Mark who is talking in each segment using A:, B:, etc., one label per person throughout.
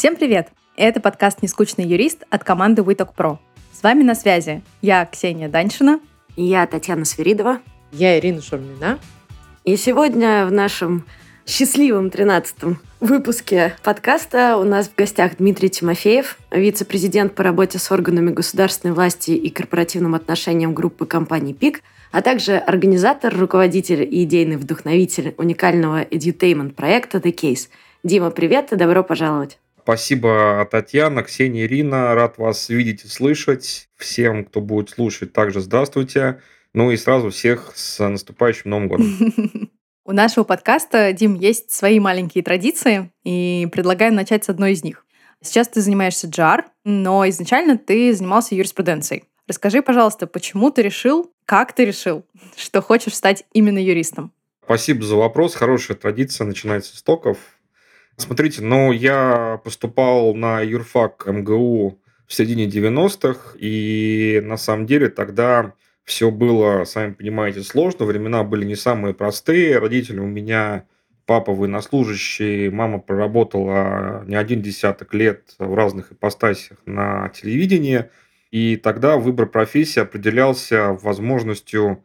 A: Всем привет! Это подкаст «Нескучный юрист» от команды WeTalkPro. С вами на связи я, Ксения Даньшина.
B: И я, Татьяна Свиридова.
C: Я, Ирина Шурмина.
B: И сегодня в нашем счастливом 13-м выпуске подкаста у нас в гостях Дмитрий Тимофеев, вице-президент по работе с органами государственной власти и корпоративным отношениям группы компаний ПИК, а также организатор, руководитель и идейный вдохновитель уникального edutainment-проекта The Case. Дима, привет и добро пожаловать.
D: Спасибо, Татьяна, Ксения, Ирина. Рад вас видеть и слышать. Всем, кто будет слушать, также здравствуйте. Ну и сразу всех с наступающим Новым годом.
A: У нашего подкаста, Дим, есть свои маленькие традиции, и предлагаю начать с одной из них. Сейчас ты занимаешься GR, но изначально ты занимался юриспруденцией. Расскажи, пожалуйста, почему ты решил, как ты решил, что хочешь стать именно юристом?
D: Спасибо за вопрос. Хорошая традиция начинается с токов. Смотрите, я поступал на юрфак МГУ в середине 90-х, и на самом деле тогда все было, сами понимаете, сложно, времена были не самые простые. Родители у меня, папа военнослужащий, мама проработала не один десяток лет в разных ипостасях на телевидении, и тогда выбор профессии определялся возможностью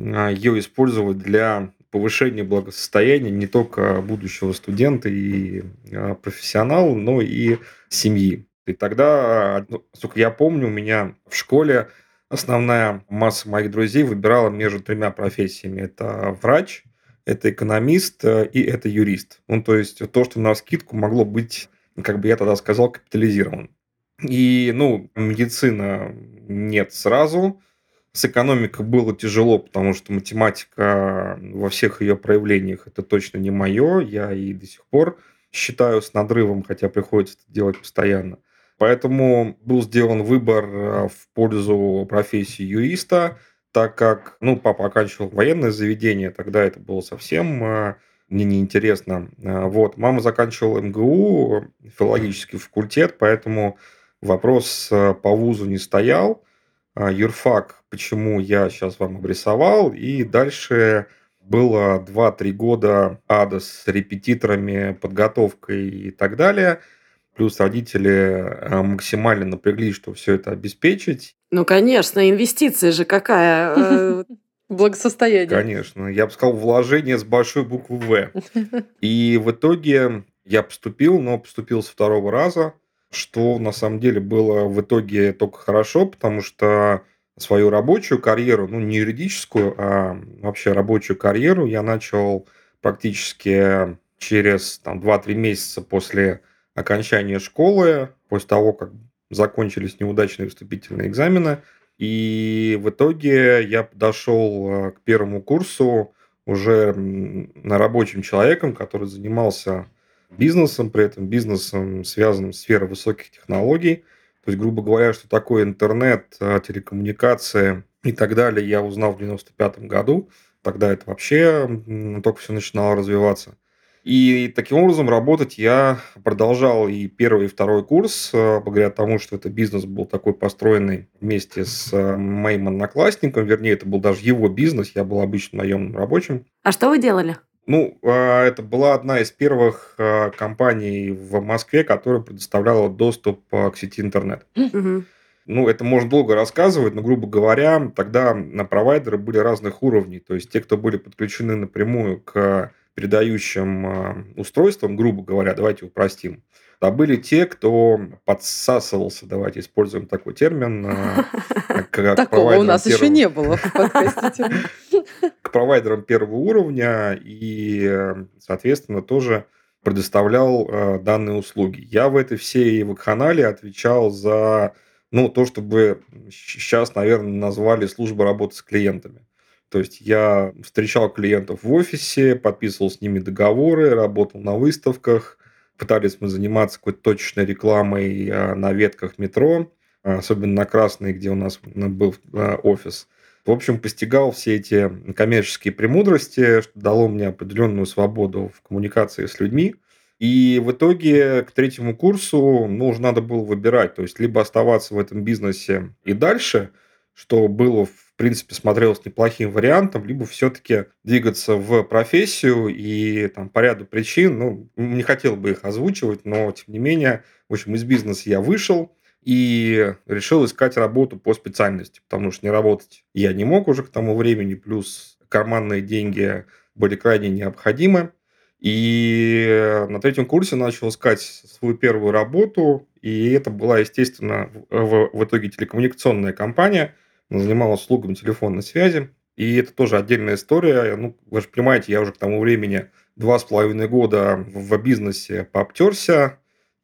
D: ее использовать для повышения благосостояния не только будущего студента и профессионала, но и семьи. И тогда, насколько я помню, у меня в школе основная масса моих друзей выбирала между тремя профессиями. Это врач, это экономист и это юрист. То есть то, что навскидку могло быть, как бы я тогда сказал, капитализировано. И, медицина нет сразу. С экономикой было тяжело, потому что математика во всех ее проявлениях – это точно не мое. Я и до сих пор считаю с надрывом, хотя приходится это делать постоянно. Поэтому был сделан выбор в пользу профессии юриста, так как, папа оканчивал военное заведение, тогда это было совсем мне неинтересно. Мама заканчивала МГУ, филологический факультет, поэтому вопрос по вузу не стоял. Юрфак, почему я сейчас вам обрисовал, и дальше было 2-3 года ада с репетиторами, подготовкой и так далее. Плюс родители максимально напряглись, чтобы все это обеспечить.
B: Конечно, инвестиция же какая.
C: Благосостояние.
D: Конечно. Я бы сказал, вложение с большой буквы «В». И в итоге я поступил, но поступил со второго раза, что на самом деле было в итоге только хорошо, потому что свою рабочую карьеру, не юридическую, а вообще рабочую карьеру я начал практически через 2-3 месяца после окончания школы, после того, как закончились неудачные вступительные экзамены. И в итоге я подошел к первому курсу уже рабочим человеком, который занимался бизнесом, при этом бизнесом, связанным с сферой высоких технологий. То есть, грубо говоря, что такое интернет, телекоммуникации и так далее, я узнал в 1995 году. Тогда это вообще только все начинало развиваться. И таким образом работать я продолжал и первый, и второй курс, благодаря тому, что это бизнес был такой построенный вместе с моим одноклассником, вернее, это был даже его бизнес, я был обычным наемным рабочим.
B: А что вы делали?
D: Это была одна из первых компаний в Москве, которая предоставляла доступ к сети интернет. Это можно долго рассказывать, но, грубо говоря, тогда на провайдеры были разных уровней. То есть те, кто были подключены напрямую к передающим устройствам, грубо говоря, давайте упростим, а были те, кто подсасывался, давайте используем такой термин.
C: Такого у нас еще не было в подкасте.
D: К провайдерам первого уровня и, соответственно, тоже предоставлял данные услуги. Я в этой всей вакханалии отвечал за то, чтобы сейчас, наверное, назвали служба работы с клиентами. То есть я встречал клиентов в офисе, подписывал с ними договоры, работал на выставках, пытались мы заниматься какой-то точечной рекламой на ветках метро, особенно на Красной, где у нас был офис. В общем, постигал все эти коммерческие премудрости, что дало мне определенную свободу в коммуникации с людьми. И в итоге к третьему курсу уже надо было выбирать, то есть либо оставаться в этом бизнесе и дальше, что было в принципе, смотрелось неплохим вариантом, либо все-таки двигаться в профессию и там по ряду причин, не хотел бы их озвучивать, но, тем не менее, в общем, из бизнеса я вышел и решил искать работу по специальности, потому что не работать я не мог уже к тому времени, плюс карманные деньги были крайне необходимы. И на 3-м курсе начал искать свою первую работу, и это была, естественно, в итоге телекоммуникационная компания, она занималась услугами телефонной связи, и это тоже отдельная история. Вы же понимаете, я уже к тому времени 2,5 года в бизнесе пообтерся,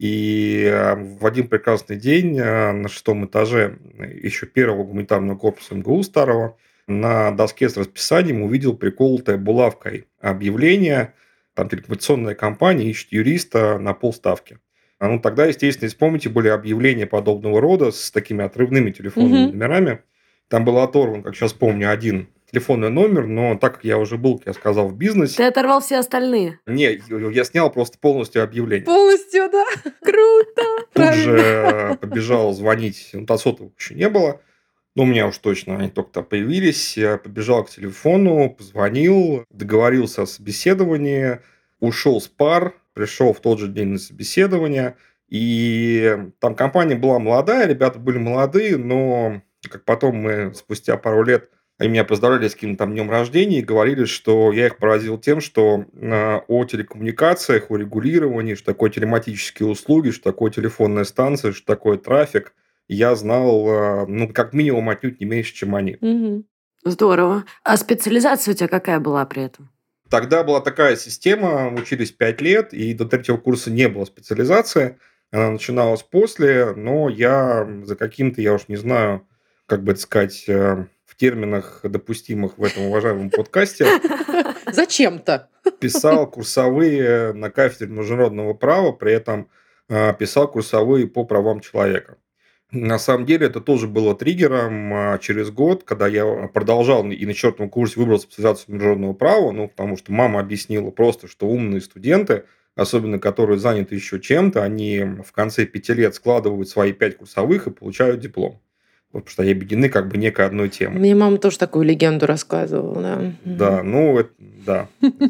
D: и в один прекрасный день на 6-м этаже еще первого гуманитарного корпуса МГУ старого на доске с расписанием увидел приколотое булавкой объявление. Там телекоммуникационная компания ищет юриста на полставки. Тогда, естественно, вспомните, были объявления подобного рода с такими отрывными телефонными номерами. Там был оторван, как сейчас помню, один телефонный номер, но так как я уже был, как я сказал, в бизнесе...
B: Ты оторвал все остальные?
D: Не, я снял просто полностью объявление.
A: Полностью, да? Круто!
D: Тут же побежал звонить, сотовых еще не было. У меня уж точно они только-то появились. Я побежал к телефону, позвонил, договорился о собеседовании, ушел с пар, пришел в тот же день на собеседование. И там компания была молодая, ребята были молодые, но как потом мы спустя пару лет, они меня поздравляли с каким-то днем рождения и говорили, что я их поразил тем, что о телекоммуникациях, о регулировании, что такое телематические услуги, что такое телефонная станция, что такое трафик, я знал, как минимум, отнюдь не меньше, чем они.
B: Здорово. А специализация у тебя какая была при этом?
D: Тогда была такая система, учились 5 лет, и до 3-го курса не было специализации. Она начиналась после, но я за каким-то, я уж не знаю, как бы это сказать, в терминах, допустимых в этом уважаемом подкасте.
A: Зачем-то.
D: Писал курсовые на кафедре международного права, при этом писал курсовые по правам человека. На самом деле, это тоже было триггером через год, когда я продолжал и на 4-м курсе выбрал специализацию международного права, потому что мама объяснила просто, что умные студенты, особенно которые заняты еще чем-то, они в конце 5 лет складывают свои 5 курсовых и получают диплом. Потому что они объединены как бы некой одной темой.
C: Мне мама тоже такую легенду рассказывала, да.
D: Да, да.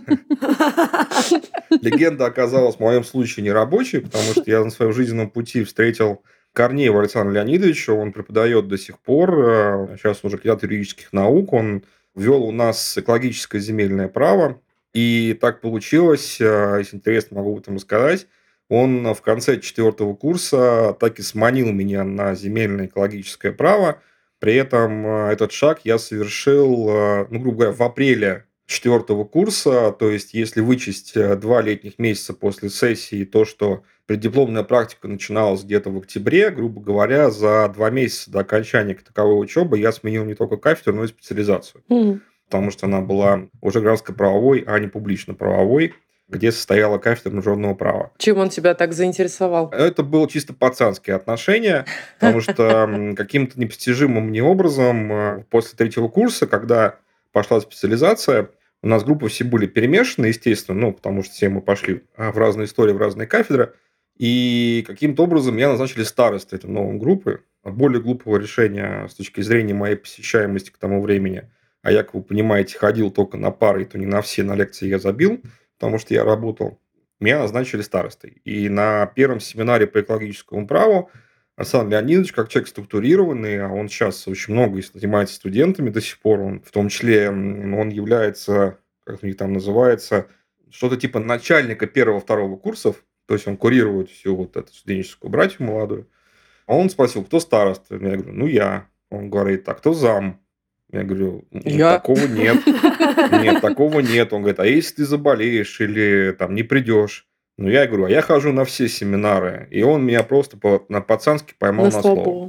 D: Легенда оказалась в моем случае нерабочей, потому что я на своем жизненном пути встретил Корнеева Александра Леонидовича, он преподает до сих пор, сейчас уже кандидат юридических наук, он ввел у нас экологическое земельное право, и так получилось, если интересно, могу об этом рассказать, он в конце 4-го курса так и сманил меня на земельное экологическое право, при этом этот шаг я совершил, грубо говоря, в апреле 4-го курса, то есть если вычесть 2 летних месяца после сессии, то, что преддипломная практика начиналась где-то в октябре, грубо говоря, за 2 месяца до окончания таковой учебы я сменил не только кафедру, но и специализацию. Потому что она была уже гражданско-правовой, а не публично-правовой, где состояла кафедра международного права.
C: Чем он тебя так заинтересовал?
D: Это было чисто пацанские отношения, потому что каким-то непостижимым мне образом после 3-го курса, когда пошла специализация, у нас группы все были перемешаны, естественно, потому что все мы пошли в разные истории, в разные кафедры, и каким-то образом меня назначили старостой этой новой группы. Более глупого решения с точки зрения моей посещаемости к тому времени, а я, как вы понимаете, ходил только на пары, и то не на все, на лекции я забил, потому что я работал, меня назначили старостой. И на первом семинаре по экологическому праву Александр Леонидович, как человек структурированный, а он сейчас очень много занимается студентами до сих пор, он, в том числе он является, как у них там называется, что-то типа начальника 1-2 курсов, то есть он курирует всю вот эту студенческую братью молодую. А он спросил, кто староста? Я говорю, я. Он говорит, а кто зам? Я говорю, такого нет. Нет, такого нет. Он говорит, а если ты заболеешь или там не придешь? Я говорю, а я хожу на все семинары. И он меня просто по-пацански поймал на слово.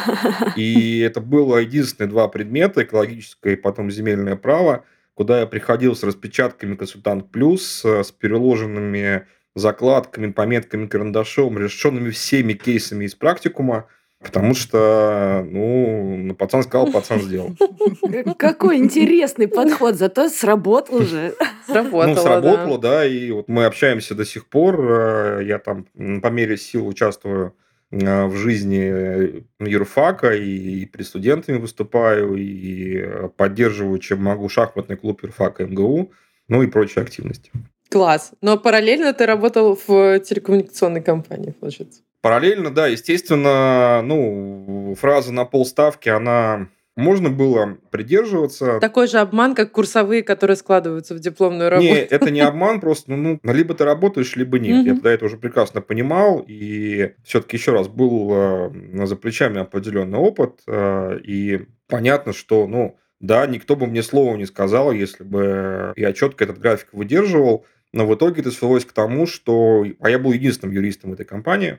D: И это было единственные 2 предмета, экологическое и потом земельное право, куда я приходил с распечатками «Консультант Плюс», с переложенными закладками, пометками, карандашом, решенными всеми кейсами из практикума, потому что, пацан сказал, пацан сделал.
B: Какой интересный подход, зато сработал уже.
D: Сработало, да, и вот мы общаемся до сих пор, я там по мере сил участвую в жизни юрфака, и перед студентами выступаю, и поддерживаю, чем могу, шахматный клуб юрфака МГУ, ну и прочие активности.
C: Класс. Но параллельно ты работал в телекоммуникационной компании, получается?
D: Параллельно, да, естественно, фраза на полставки, она... Можно было придерживаться.
C: Такой же обман, как курсовые, которые складываются в дипломную работу.
D: Не, это не обман, просто либо ты работаешь, либо нет. Я тогда это уже прекрасно понимал, и все-таки еще раз был за плечами определенный опыт, и понятно, что, да, никто бы мне слова не сказал, если бы я четко этот график выдерживал, но в итоге это свелось к тому, что... А я был единственным юристом в этой компании,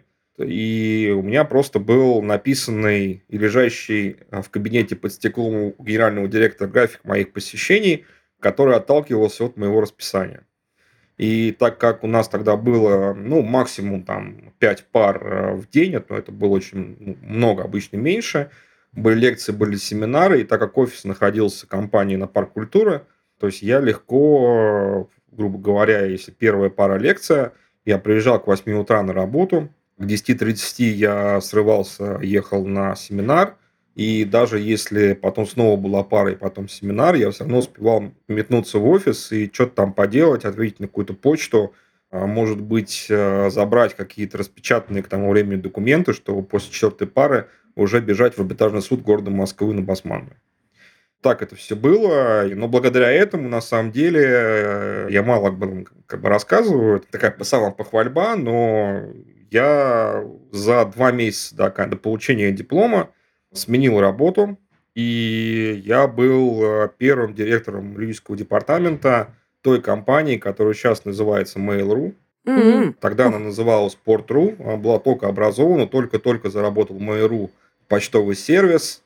D: и у меня просто был написанный и лежащий в кабинете под стеклом у генерального директора график моих посещений, который отталкивался от моего расписания. И так как у нас тогда было, максимум 5 пар в день, это было очень много, обычно меньше, были лекции, были семинары, и так как офис находился в компании на Парк культуры, то есть я легко, грубо говоря, если первая пара лекция, я приезжал к 8 утра на работу, к 10:30 я срывался, ехал на семинар, и даже если потом снова была пара и потом семинар, я все равно успевал метнуться в офис и что-то там поделать, ответить на какую-то почту, может быть, забрать какие-то распечатанные к тому времени документы, чтобы после 4-й пары уже бежать в арбитражный суд города Москвы на Басманную. Так это все было, но благодаря этому, на самом деле, я мало об этом рассказываю, это такая самопохвальба, но я за 2 месяца до получения диплома сменил работу, и я был первым директором юридического департамента той компании, которая сейчас называется Mail.ru.
B: Mm-hmm.
D: Тогда она называлась Port.ru, она была только образована, только-только заработал в Mail.ru почтовый сервис,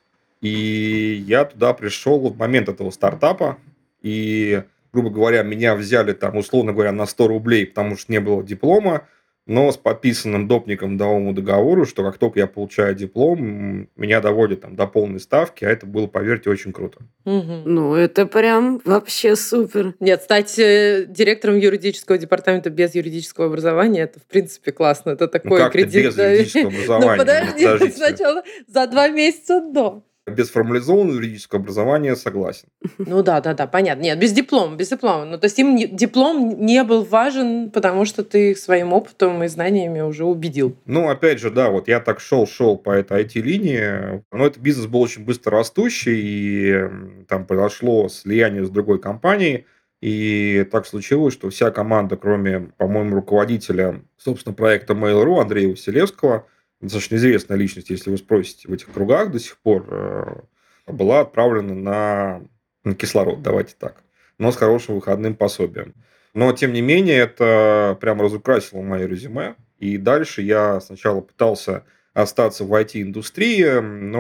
D: и я туда пришел в момент этого стартапа, и, грубо говоря, меня взяли условно говоря, на 100 рублей, потому что не было диплома, но с подписанным допником давому договору, что как только я получаю диплом, меня доводят до полной ставки, а это было, поверьте, очень круто.
B: Ну, это прям вообще супер.
C: Нет, стать директором юридического департамента без юридического образования, это, в принципе, классно. Это такой
D: как
C: кредит.
D: без юридического образования?
C: Подожди, сначала за 2 месяца до.
D: Без формализованного юридического образования согласен.
C: Да, понятно. Нет, без диплома. То есть им диплом не был важен, потому что ты их своим опытом и знаниями уже убедил.
D: Опять же, да, я так шел по этой IT-линии, но этот бизнес был очень быстро растущий, и там произошло слияние с другой компанией, и так случилось, что вся команда, кроме, по-моему, руководителя, собственно, проекта Mail.ru Андрея Василевского, достаточно известная личность, если вы спросите в этих кругах до сих пор, была отправлена на кислород, давайте так, но с хорошим выходным пособием. Но, тем не менее, это прям разукрасило мое резюме, и дальше я сначала пытался остаться в IT-индустрии,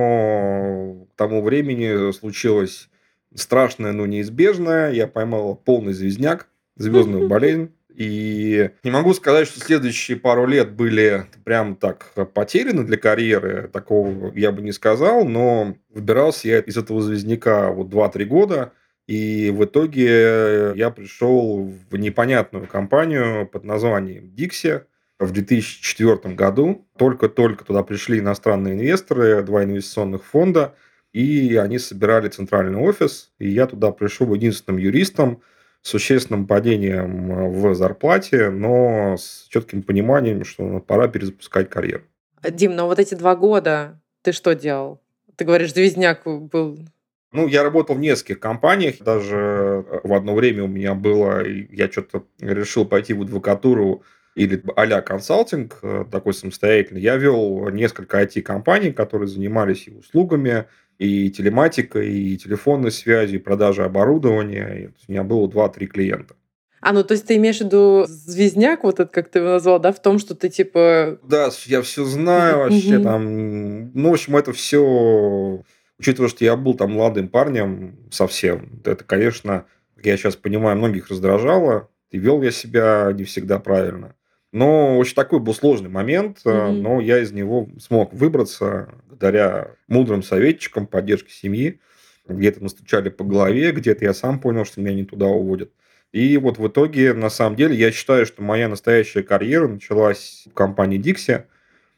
D: но к тому времени случилось страшное, но неизбежное, я поймал полный звездняк, звездную болезнь. И не могу сказать, что следующие пару лет были прям так потеряны для карьеры, такого я бы не сказал, но выбирался я из этого звездняка 2-3 года, и в итоге я пришел в непонятную компанию под названием Dixie в 2004 году. Только-только туда пришли иностранные инвесторы, 2 инвестиционных фонда, и они собирали центральный офис, и я туда пришел единственным юристом, с существенным падением в зарплате, но с четким пониманием, что пора перезапускать карьеру.
C: Дим, но эти 2 года ты что делал? Ты говоришь, звездняк был...
D: Я работал в нескольких компаниях. Даже в одно время у меня было... Я что-то решил пойти в адвокатуру или а-ля консалтинг, такой самостоятельный. Я вел несколько IT-компаний, которые занимались и услугами, и телематикой, и телефонной связью, и продажей оборудования. У меня было 2-3 клиента.
C: То есть ты имеешь в виду звездняк, этот, как ты его назвал, да, в том, что ты типа...
D: Да, я все знаю вообще там. В общем, это все... Учитывая, что я был молодым парнем совсем, это, конечно, как я сейчас понимаю, многих раздражало. И вел я себя не всегда правильно. Но очень такой был сложный момент, но я из него смог выбраться благодаря мудрым советчикам, поддержке семьи. Где-то настучали по голове, где-то я сам понял, что меня не туда уводят. И в итоге, на самом деле, я считаю, что моя настоящая карьера началась в компании Dixie.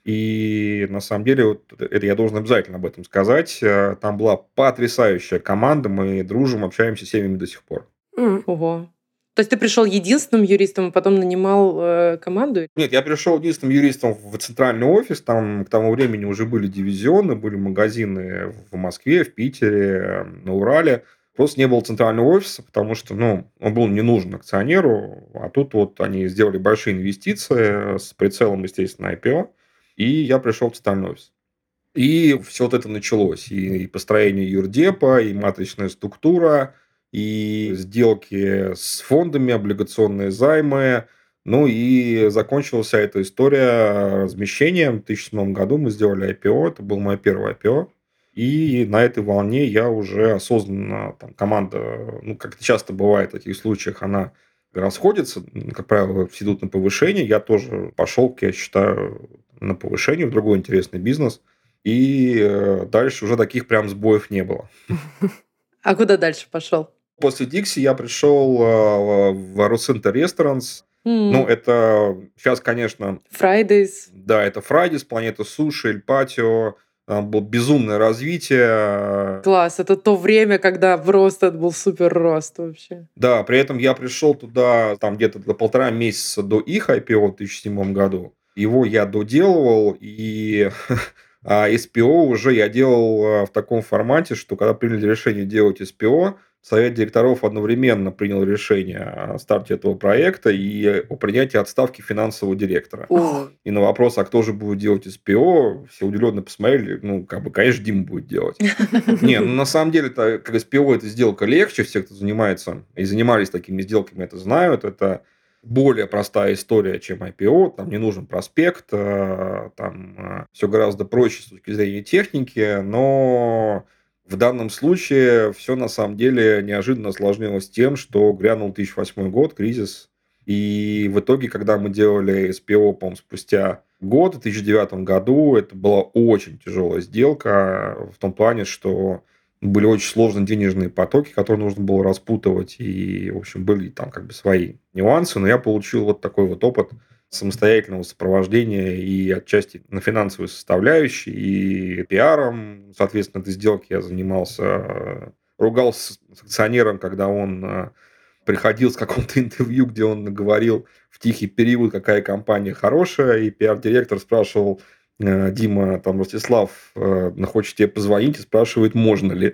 D: И на самом деле, вот это я должен обязательно об этом сказать. Там была потрясающая команда, мы дружим, общаемся с семьями до сих пор.
C: Ого. То есть ты пришел единственным юристом, а потом нанимал команду?
D: Нет, я пришел единственным юристом в центральный офис. Там к тому времени уже были дивизионы, были магазины в Москве, в Питере, на Урале. Просто не было центрального офиса, потому что он был не нужен акционеру. А тут вот они сделали большие инвестиции с прицелом, естественно, на IPO. И я пришел в центральный офис. И все вот это началось. И построение юрдепа, и матричная структура, и сделки с фондами, облигационные займы. Ну и закончилась вся эта история размещением. В 2007 году мы сделали IPO. Это был мое первое IPO. И на этой волне я уже осознанно, там, команда, как это часто бывает в таких случаях, она расходится, как правило, все идут на повышение. Я тоже пошел, я считаю, на повышение в другой интересный бизнес. И дальше уже таких прям сбоев не было.
C: А куда дальше пошел?
D: После Dixie я пришел в Росинтер Restaurants. Это сейчас, конечно...
C: Fridays.
D: Да, это Fridays, Планета Суши, Эль Патио. Там было безумное развитие.
C: Класс, это то время, когда просто был супер рост вообще.
D: Да, при этом я пришел туда там где-то до 1,5 месяца до их IPO в 2007 году. Его я доделывал, и SPO уже я делал в таком формате, что когда приняли решение делать SPO, Совет директоров одновременно принял решение о старте этого проекта и о принятии отставки финансового директора. И на вопрос, а кто же будет делать SPO, все удивленно посмотрели, конечно, Дима будет делать. Не, на самом деле, как SPO, эта сделка легче, все, кто занимается и занимались такими сделками, это знают, это более простая история, чем IPO, там не нужен проспект, там все гораздо проще с точки зрения техники, но в данном случае все на самом деле неожиданно осложнилось тем, что грянул 2008 год, кризис, и в итоге, когда мы делали SPO, по-моему, спустя год, в 2009 году, это была очень тяжелая сделка в том плане, что были очень сложные денежные потоки, которые нужно было распутывать, и, в общем, были там свои нюансы, но я получил вот такой вот опыт самостоятельного сопровождения и отчасти на финансовой составляющей, и пиаром, соответственно, этой сделки я занимался, ругался с акционером, когда он приходил с какого-то интервью, где он говорил в тихий период, какая компания хорошая, и пиар-директор спрашивал: Дима, там, Ростислав хочет тебе позвонить и спрашивает, можно ли.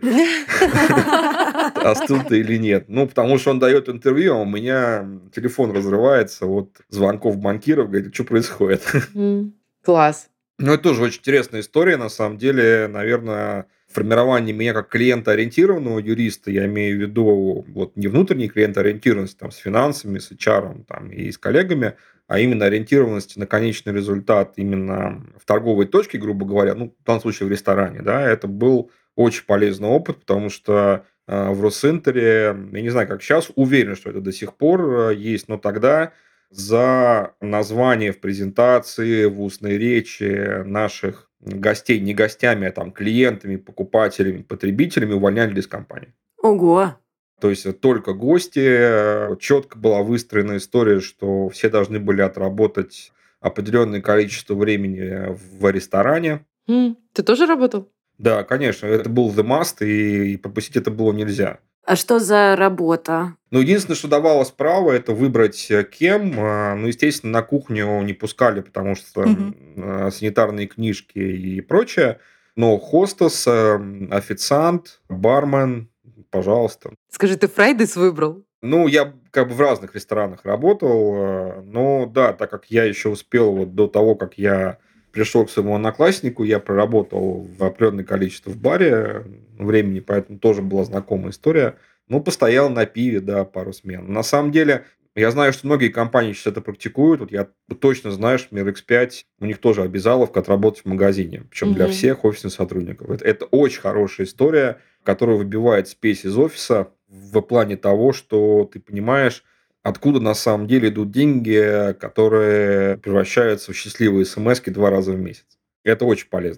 D: Остыл ты или нет. Потому что он дает интервью, а у меня телефон разрывается от звонков банкиров, говорит, что происходит.
C: Класс.
D: Это тоже очень интересная история, на самом деле, наверное, формирование меня как клиентоориентированного юриста, я имею в виду не внутренней клиентоориентированности с финансами, с HR и с коллегами, а именно ориентированности на конечный результат именно в торговой точке, грубо говоря, в данном случае в ресторане, да, это был очень полезный опыт, потому что в Росинтере, я не знаю, как сейчас, уверен, что это до сих пор есть, но тогда за название в презентации, в устной речи наших гостей, не гостями, а клиентами, покупателями, потребителями увольняли из компании.
B: Ого!
D: То есть только гости, четко была выстроена история, что все должны были отработать определенное количество времени в ресторане.
C: Ты тоже работал?
D: Да, конечно, это был the must, и пропустить это было нельзя.
B: А что за работа?
D: Единственное, что давалось право, это выбрать кем. Естественно, на кухню не пускали, потому что санитарные книжки и прочее. Но хостес, официант, бармен, пожалуйста.
C: Скажи, ты Fridays выбрал?
D: Я в разных ресторанах работал. Но да, так как я еще успел до того, как я пришел к своему однокласснику, я проработал в определенное количество в баре времени, поэтому тоже была знакомая история. Постоял на пиве, да, пару смен. На самом деле, я знаю, что многие компании сейчас это практикуют. Я точно знаю, что X5, у них тоже обязаловка отработать в магазине. Причем для всех офисных сотрудников. Это очень хорошая история, которая выбивает спесь из офиса в плане того, что ты понимаешь, откуда на самом деле идут деньги, которые превращаются в счастливые смс-ки 2 раза в месяц. Это очень полезно.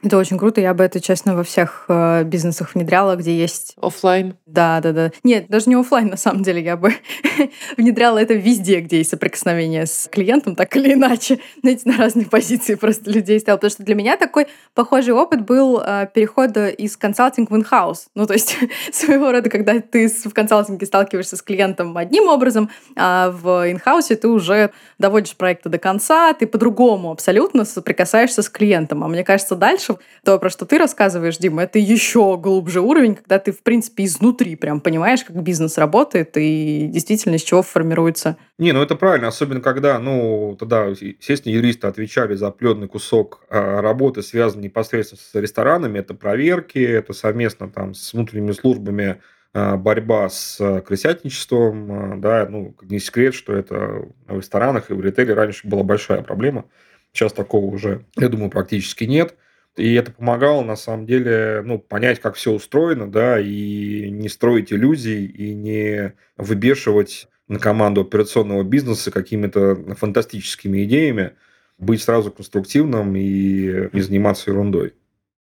A: Это очень круто. Я бы это, честно, во всех бизнесах внедряла, где есть...
C: Оффлайн.
A: Да. Нет, даже не оффлайн, на самом деле. Я бы внедряла это везде, где есть соприкосновение с клиентом, так или иначе. Знаете, на разные позиции просто людей ставила. Потому что для меня такой похожий опыт был перехода из консалтинга в инхаус. Ну, то есть своего рода, когда ты в консалтинге сталкиваешься с клиентом одним образом, а в инхаусе ты уже доводишь проекты до конца, ты по-другому абсолютно соприкасаешься с клиентом. А мне кажется, дальше то, про что ты рассказываешь, Дима, это еще глубже уровень, когда ты, в принципе, изнутри прям понимаешь, как бизнес работает и действительно из чего формируется.
D: Не, ну это правильно, особенно когда, тогда, естественно, юристы отвечали за определенный кусок работы, связанный непосредственно с ресторанами, это проверки, это совместно там с внутренними службами борьба с крысятничеством, да, не секрет, что это в ресторанах и в ритейле раньше была большая проблема, сейчас такого уже, я думаю, практически нет. И это помогало, на самом деле, понять, как все устроено, да, и не строить иллюзий, и не выбешивать на команду операционного бизнеса какими-то фантастическими идеями, быть сразу конструктивным и не заниматься ерундой.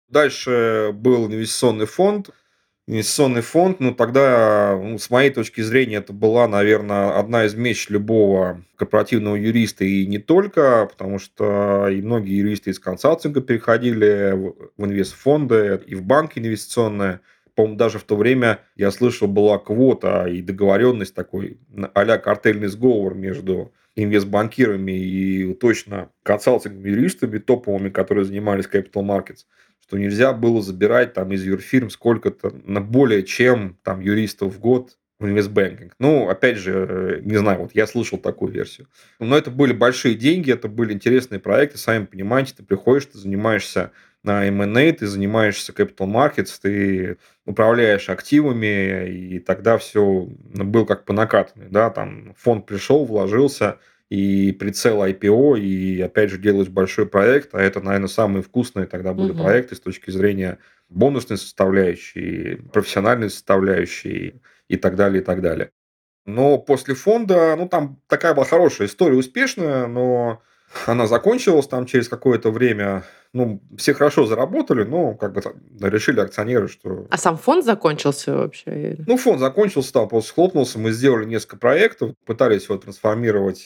D: Дальше был инвестиционный фонд. Инвестиционный фонд, тогда, с моей точки зрения, это была, наверное, одна из меч любого корпоративного юриста и не только, потому что и многие юристы из консалтинга переходили в инвестфонды и в банки инвестиционные. По-моему, даже в то время, я слышал, была квота и договоренность такой а-ля картельный сговор между инвестбанкирами и точно консалтинговыми юристами топовыми, которые занимались capital markets, что нельзя было забирать там из юрфирм сколько-то, на более чем там юристов в год в инвестбэнкинг. Опять же, не знаю, вот я слышал такую версию. Но это были большие деньги, это были интересные проекты, сами понимаете, ты приходишь, ты занимаешься на M&A, ты занимаешься capital markets, ты управляешь активами, и тогда все было как по накатанной, да, там фонд пришел, вложился, и прицел IPO, и опять же делаешь большой проект, а это, наверное, самые вкусные тогда были проекты с точки зрения бонусной составляющей, профессиональной составляющей и так далее, и так далее. Но после фонда, там такая была хорошая история, успешная, но она закончилась там через какое-то время. Все хорошо заработали, но решили акционеры, что...
C: А сам фонд закончился вообще?
D: Фонд закончился, там просто схлопнулся. Мы сделали несколько проектов, пытались его трансформировать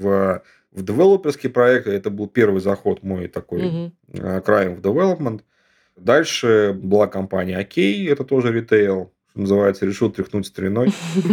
D: в девелоперский проект. Это был первый заход мой такой, Crime в Development. Дальше была компания Окей, это тоже ритейл, что называется, решил тряхнуть стариной.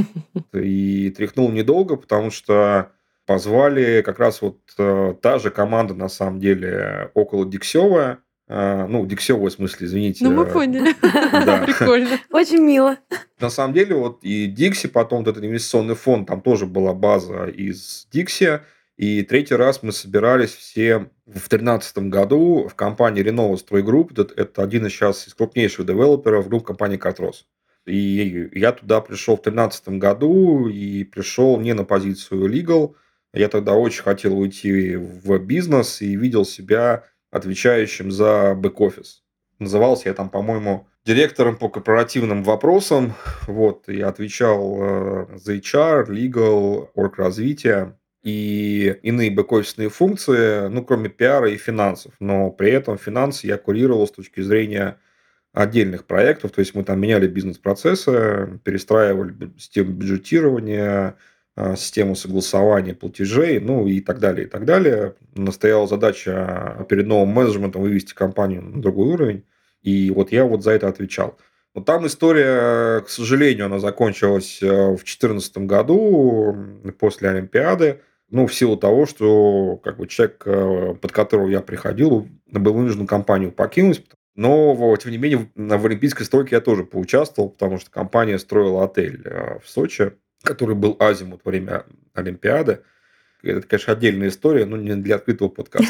D: И тряхнул недолго, потому что позвали как раз та же команда, на самом деле, около Диксёва. Диксёва в смысле, извините.
C: Мы поняли.
D: Да.
C: Прикольно.
B: Очень мило.
D: На самом деле, и Дикси, потом этот инвестиционный фонд, там тоже была база из Дикси. И третий раз мы собирались все в 2013 году в компании Renova Стройгрупп. Это один из крупнейших девелоперов групп компании Катрос. И я туда пришел в 2013 году и пришел не на позицию legal. Я тогда очень хотел уйти в бизнес и видел себя отвечающим за бэк-офис. Назывался я там, по-моему, директором по корпоративным вопросам. Я отвечал за HR, legal, орг-развитие и иные бэк-офисные функции, кроме пиара и финансов. Но при этом финансы я курировал с точки зрения отдельных проектов, то есть мы там меняли бизнес-процессы, перестраивали систему бюджетирования, систему согласования платежей, и так далее, и так далее. Настояла задача перед новым менеджментом вывести компанию на другой уровень, и я за это отвечал. Но там история, к сожалению, она закончилась в 2014 году после Олимпиады, в силу того, что человек, под которого я приходил, был вынужден компанию покинуть. Но, тем не менее, в Олимпийской стройке я тоже поучаствовал, потому что компания строила отель в Сочи, который был азимут во время Олимпиады. Это, конечно, отдельная история, но не для открытого подкаста.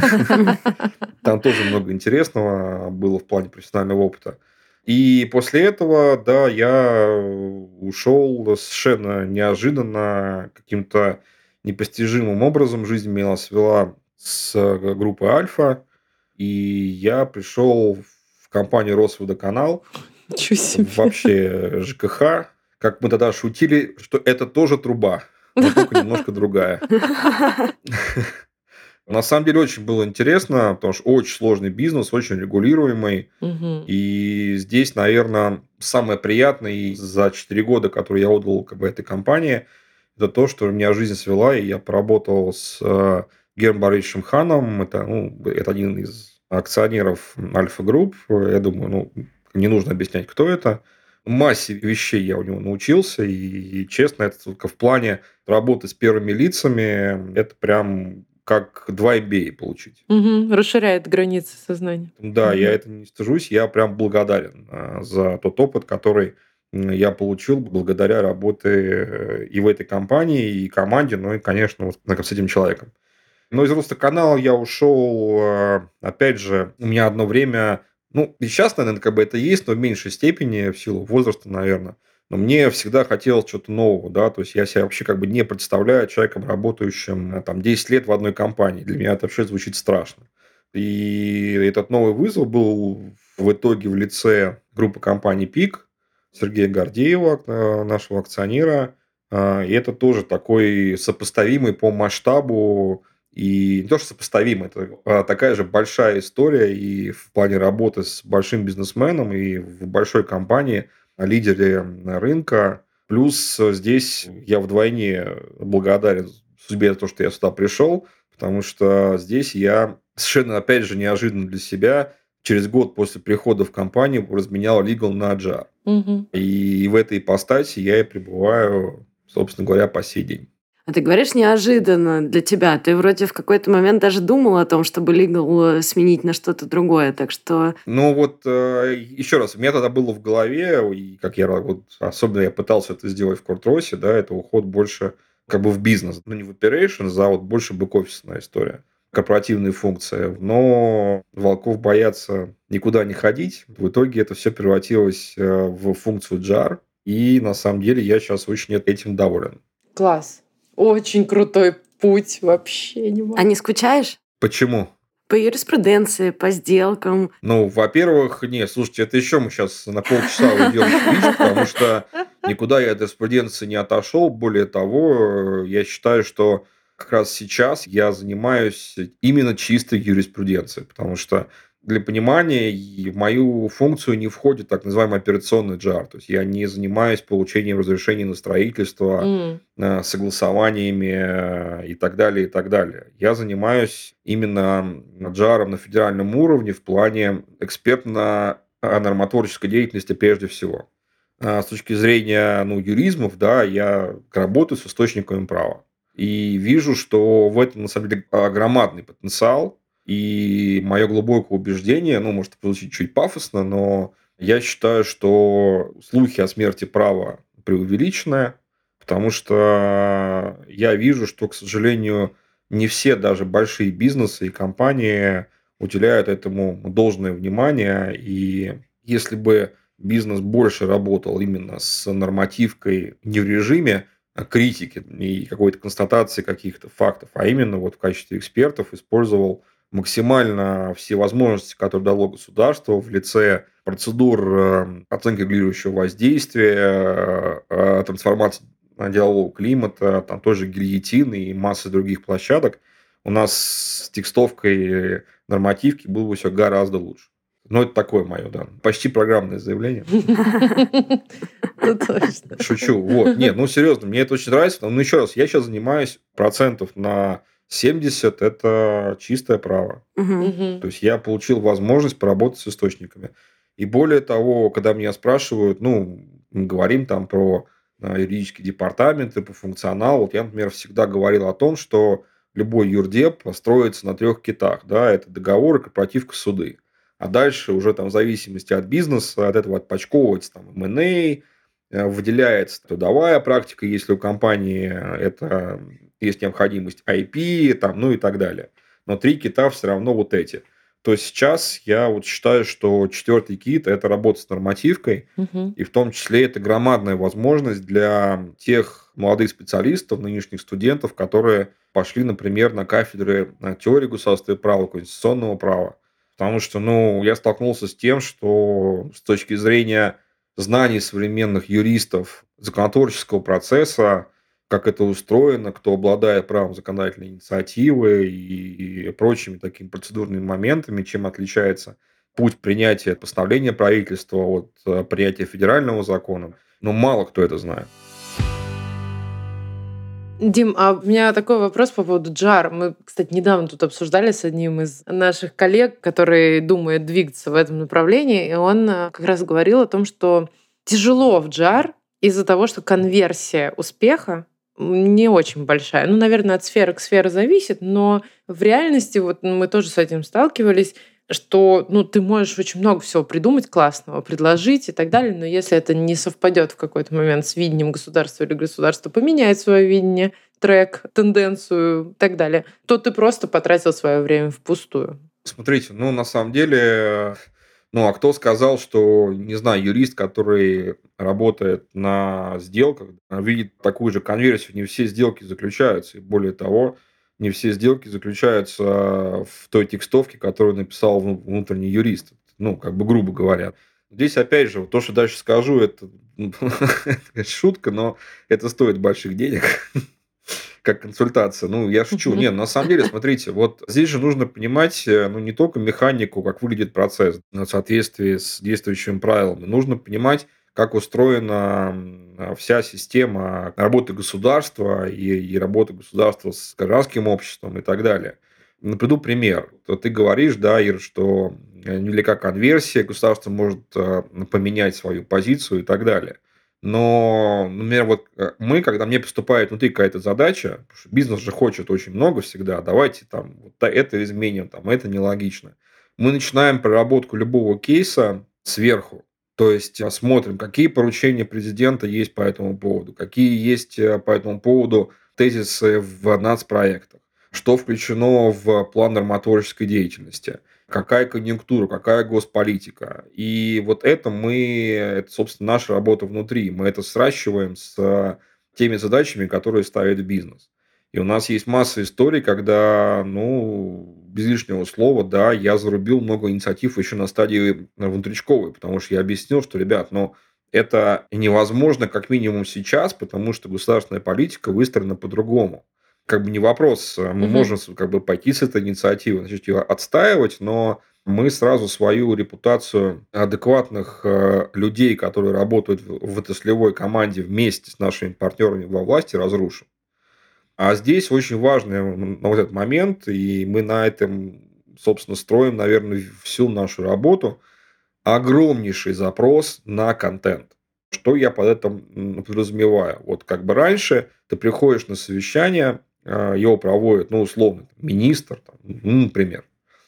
D: Там тоже много интересного было в плане профессионального опыта. И после этого, да, я ушел совершенно неожиданно, каким-то непостижимым образом. Жизнь меня свела с группой «Альфа», и я пришел в компанию «Росводоканал».
C: Ничего себе.
D: Вообще ЖКХ. Как мы тогда шутили, что это тоже труба, но только немножко другая. На самом деле очень было интересно, потому что очень сложный бизнес, очень регулируемый.
C: Мгм.
D: И здесь, наверное, самое приятное за 4 года, которые я отдал этой компании, это то, что меня жизнь свела, и я поработал с Гером Борисовичем Ханом. Это один из акционеров Альфа Групп. Я думаю, не нужно объяснять, кто это. Массе вещей я у него научился, и честно, это только в плане работы с первыми лицами, это прям как 2 MBA получить.
C: Мгм. Расширяет границы сознания.
D: Да, я
C: Мгм.
D: это не стыжусь, я прям благодарен за тот опыт, который я получил благодаря работе и в этой компании, и команде, ну и, конечно, вот с этим человеком. Но из Ростоканала я ушел, опять же, у меня одно время, и сейчас, наверное, это есть, но в меньшей степени, в силу возраста, наверное. Но мне всегда хотелось чего-то нового, да, то есть я себя вообще не представляю человеком, работающим там 10 лет в одной компании. Для меня это вообще звучит страшно. И этот новый вызов был в итоге в лице группы компаний «Пик», Сергея Гордеева, нашего акционера. И это тоже такой сопоставимый по масштабу и не то, что сопоставимо, это такая же большая история и в плане работы с большим бизнесменом, и в большой компании, лидере рынка. Плюс здесь я вдвойне благодарен судьбе за то, что я сюда пришел, потому что здесь я совершенно, опять же, неожиданно для себя через год после прихода в компанию разменял Legal на Agile.
C: Мгм.
D: И в этой ипостаси я и пребываю, собственно говоря, по сей день.
B: А ты говоришь, неожиданно для тебя. Ты вроде в какой-то момент даже думал о том, чтобы Legal сменить на что-то другое. Так что...
D: Еще раз, у меня тогда было в голове, и особенно я пытался это сделать в Куртросе, да, это уход больше в бизнес, не в operations, а больше бэк-офисная история, корпоративные функции. Но волков боятся никуда не ходить. В итоге это все превратилось в функцию JAR, и на самом деле я сейчас очень этим доволен.
C: Класс. Очень крутой путь. Вообще не могу.
B: А не скучаешь?
D: Почему?
B: По юриспруденции, по сделкам.
D: Во-первых, слушайте, это еще мы сейчас на полчаса уйдем в спич, потому что никуда я от юриспруденции не отошел. Более того, я считаю, что как раз сейчас я занимаюсь именно чистой юриспруденцией, потому что для понимания в мою функцию не входит так называемый операционный JAR. То есть я не занимаюсь получением разрешений на строительство, согласованиями и так далее, и так далее. Я занимаюсь именно JAR на федеральном уровне в плане экспертно-нормотворческой деятельности прежде всего. С точки зрения юризмов, да, я работаю с источниками права. И вижу, что в этом, на самом деле, громадный потенциал. И мое глубокое убеждение, может звучить чуть пафосно, но я считаю, что слухи о смерти права преувеличены, потому что я вижу, что, к сожалению, не все даже большие бизнесы и компании уделяют этому должное внимание. И если бы бизнес больше работал именно с нормативкой не в режиме критики и какой-то констатации каких-то фактов, а именно в качестве экспертов использовал максимально все возможности, которые дало государство в лице процедур оценки регулирующего воздействия, трансформации делового климата, там тоже гильотины и массы других площадок, у нас с текстовкой нормативки было бы все гораздо лучше. Но это такое мое, да, почти программное заявление.
C: Точно.
D: Шучу. Серьезно, мне это очень нравится. Но еще раз, я сейчас занимаюсь процентов на 70 – это чистое право. То есть я получил возможность поработать с источниками. И более того, когда меня спрашивают, мы говорим там про юридический департамент и по функционалу, я, например, всегда говорил о том, что любой юрдеп строится на 3 китах. Да, это договоры, корпоративка, суды. А дальше уже там в зависимости от бизнеса, от этого отпочковывается там M&A, выделяется трудовая практика, если у компании это есть необходимость IP, там, и так далее. Но 3 кита все равно эти. То есть сейчас я считаю, что 4-й кит – это работа с нормативкой, и в том числе это громадная возможность для тех молодых специалистов, нынешних студентов, которые пошли, например, на кафедры теории государственного права, конституционного права. Потому что, я столкнулся с тем, что с точки зрения знаний современных юристов законотворческого процесса как это устроено, кто обладает правом законодательной инициативы и прочими такими процедурными моментами, чем отличается путь принятия постановления правительства от принятия федерального закона. Но мало кто это знает.
C: Дим, а у меня такой вопрос по поводу JAR. Мы, кстати, недавно тут обсуждали с одним из наших коллег, который думает двигаться в этом направлении, и он как раз говорил о том, что тяжело в JAR из-за того, что конверсия успеха не очень большая. Ну, наверное, от сферы к сфере зависит, но в реальности вот мы тоже с этим сталкивались, что ты можешь очень много всего придумать классного, предложить и так далее, но если это не совпадет в какой-то момент с видением государства или государство поменяет свое видение, трек, тенденцию и так далее, то ты просто потратил свое время впустую.
D: Смотрите, на самом деле, а кто сказал, что, не знаю, юрист, который работает на сделках, видит такую же конверсию, не все сделки заключаются. И более того, не все сделки заключаются в той текстовке, которую написал внутренний юрист. Грубо говоря. Здесь, опять же, то, что дальше скажу, это шутка, но это стоит больших денег. Как консультация. Я шучу. Нет, на самом деле, смотрите, вот здесь же нужно понимать, не только механику, как выглядит процесс в соответствии с действующими правилами. Нужно понимать, как устроена вся система работы государства и работы государства с гражданским обществом и так далее. Приведу пример. Ты говоришь, да, Ир, что невелика конверсия, государство может поменять свою позицию и так далее. Но, например, когда мне поступает внутри какая-то задача, потому что бизнес же хочет очень много всегда, давайте там вот это изменим, это нелогично. Мы начинаем проработку любого кейса сверху. То есть смотрим, какие поручения президента есть по этому поводу, какие есть по этому поводу тезисы в нацпроектах, что включено в план нормотворческой деятельности, какая конъюнктура, какая госполитика. И это, собственно, наша работа внутри. Мы это сращиваем с теми задачами, которые ставит бизнес. И у нас есть масса историй, когда, без лишнего слова, да, я зарубил много инициатив еще на стадии внутричковой, потому что я объяснил, что, ребят, это невозможно как минимум сейчас, потому что государственная политика выстроена по-другому. Не вопрос, мы можем пойти с этой инициативой, начать ее отстаивать, но мы сразу свою репутацию адекватных людей, которые работают в отраслевой команде вместе с нашими партнерами во власти, разрушим. А здесь очень важный этот момент, и мы на этом, собственно, строим, наверное, всю нашу работу. Огромнейший запрос на контент. Что я под этим подразумеваю? Раньше ты приходишь на совещание, его проводит, условно, министр, например,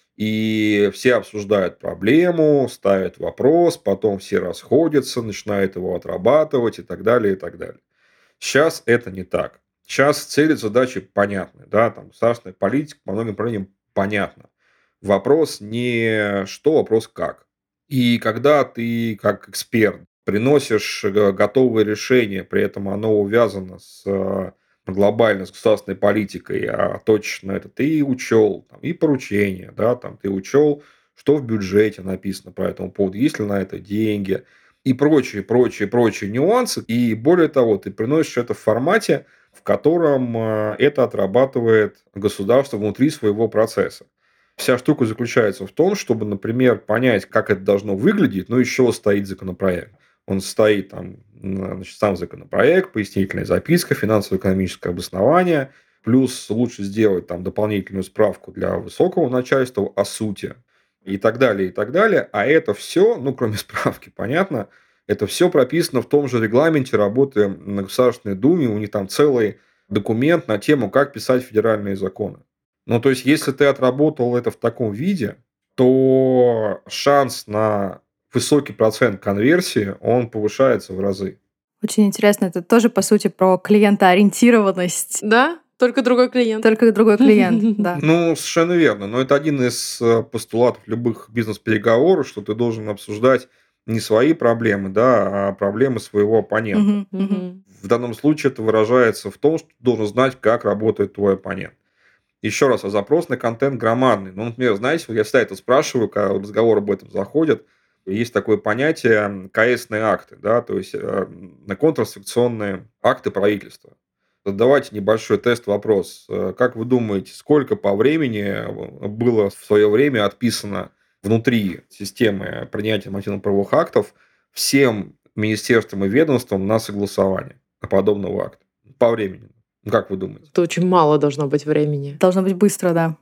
D: и все обсуждают проблему, ставят вопрос, потом все расходятся, начинают его отрабатывать и так далее, и так далее. Сейчас это не так. Сейчас цели, задачи понятны. Да? Государственная политика по многим направлениям понятна. Вопрос не что, вопрос как. И когда ты, как эксперт, приносишь готовое решение, при этом оно увязано с глобально с государственной политикой, а точно это ты учел, и поручения, да, ты учел, что в бюджете написано по этому поводу, есть ли на это деньги, и прочие нюансы. И более того, ты приносишь это в формате, в котором это отрабатывает государство внутри своего процесса. Вся штука заключается в том, чтобы, например, понять, как это должно выглядеть, из чего стоит законопроект. Он стоит сам законопроект, пояснительная записка, финансово-экономическое обоснование, плюс лучше сделать дополнительную справку для высокого начальства о сути и так далее, и так далее. А это все, кроме справки, понятно, это все прописано в том же регламенте работы на Государственной Думе. У них там целый документ на тему, как писать федеральные законы. То есть, если ты отработал это в таком виде, то шанс на высокий процент конверсии, он повышается в разы.
A: Очень интересно. Это тоже, по сути, про клиентоориентированность.
C: Да, только другой клиент.
A: Только другой клиент, да.
D: Совершенно верно. Но это один из постулатов любых бизнес-переговоров, что ты должен обсуждать не свои проблемы, да, а проблемы своего оппонента. В данном случае это выражается в том, что ты должен знать, как работает твой оппонент. Еще раз, запрос на контент громадный. Например, знаете, я всегда это спрашиваю, когда разговор об этом заходит. Есть такое понятие КСные акты, да, то есть на контрсекционные акты правительства. Давайте небольшой тест-вопрос. Как вы думаете, сколько по времени было в свое время отписано внутри системы принятия нормативно-правовых актов всем министерствам и ведомствам на согласование подобного акта? По времени. Как вы думаете?
C: Это очень мало должно быть времени.
A: Должно быть быстро, да.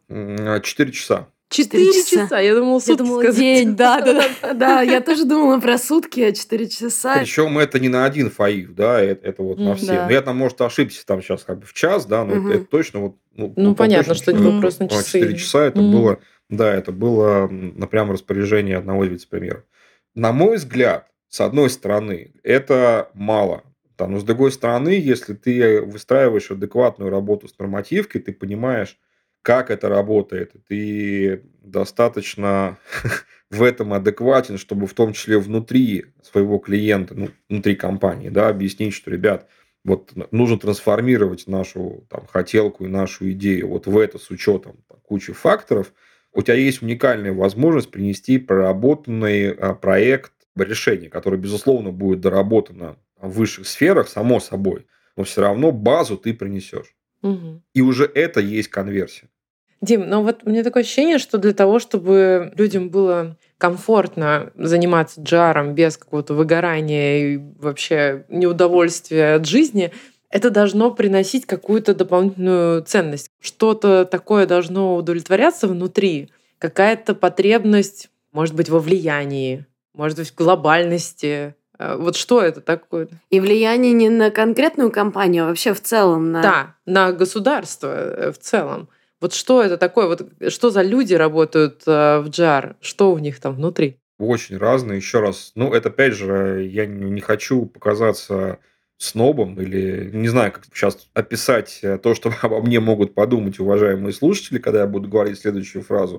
D: 4 часа.
C: 4 часа. Я думала, сутки сказать.
A: День, да.
B: Да, я тоже думала про сутки, а 4 часа.
D: Причем это не на один ФАИФ, да, это вот на все.
A: Да.
D: Ну, я там, может, ошибся там сейчас как бы в час, да, но это точно вот...
C: Понятно, что это был просто на часы.
D: 4 часа это было, да, это было на прям распоряжение одного из вице-премьеров. На мой взгляд, с одной стороны, это мало. Но с другой стороны, если ты выстраиваешь адекватную работу с нормативкой, ты понимаешь, как это работает, ты достаточно в этом адекватен, чтобы в том числе внутри своего клиента, внутри компании, да, объяснить, что, ребят, вот нужно трансформировать нашу хотелку и нашу идею вот в это с учетом кучи факторов. У тебя есть уникальная возможность принести проработанный проект решения, который, безусловно, будет доработано в высших сферах, само собой, но все равно базу ты принесешь. И уже это есть конверсия.
C: Дим, но вот у меня такое ощущение, что для того, чтобы людям было комфортно заниматься джаром без какого-то выгорания и вообще неудовольствия от жизни, это должно приносить какую-то дополнительную ценность. Что-то такое должно удовлетворяться внутри, какая-то потребность, может быть, во влиянии, может быть, в глобальности. Вот что это такое?
B: И влияние не на конкретную компанию, а вообще в целом.
C: Да, на государство в целом. Вот что это такое? Вот что за люди работают в JAR? Что у них там внутри?
D: Очень разные. Еще раз, это опять же, я не хочу показаться снобом или не знаю, как сейчас описать то, что обо мне могут подумать уважаемые слушатели, когда я буду говорить следующую фразу.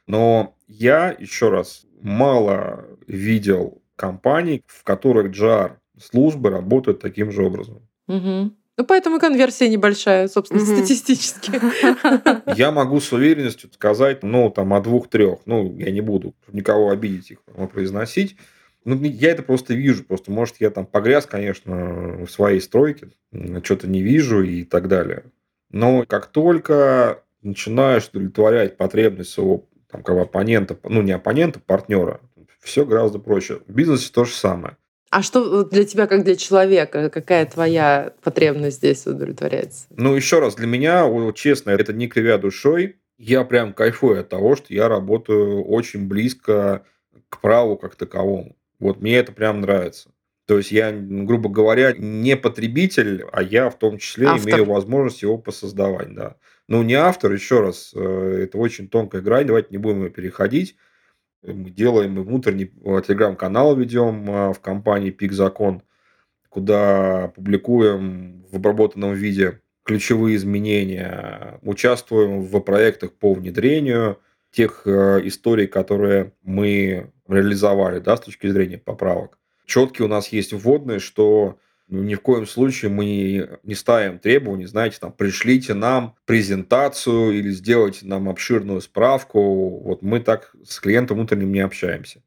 D: Но я, еще раз, мало видел компаний, в которых JAR-службы работают таким же образом.
C: Угу. Поэтому конверсия небольшая, собственно, статистически.
D: Я могу с уверенностью сказать, о 2-3. Я не буду никого обидеть их произносить. Я это просто вижу. Просто, может, я там погряз, конечно, в своей стройке, что-то не вижу и так далее. Но как только начинаешь удовлетворять потребность своего оппонента, не оппонента, партнера, все гораздо проще. В бизнесе то же самое.
C: А что для тебя, как для человека, какая твоя потребность здесь удовлетворяется?
D: Еще раз, для меня, честно, это не кривя душой. Я прям кайфую от того, что я работаю очень близко к праву как таковому. Вот мне это прям нравится. То есть я, грубо говоря, не потребитель, а я в том числе имею возможность его посоздавать. Да. Не автор, еще раз, это очень тонкая грань, давайте не будем ее переходить. Мы делаем и внутренний телеграм-канал ведем в компании «Пик Закон», куда публикуем в обработанном виде ключевые изменения, участвуем в проектах по внедрению тех историй, которые мы реализовали, да, с точки зрения поправок. Четкие у нас есть вводные, что ни в коем случае мы не ставим требований, знаете, пришлите нам презентацию или сделайте нам обширную справку. Вот мы так с клиентом внутренним не общаемся.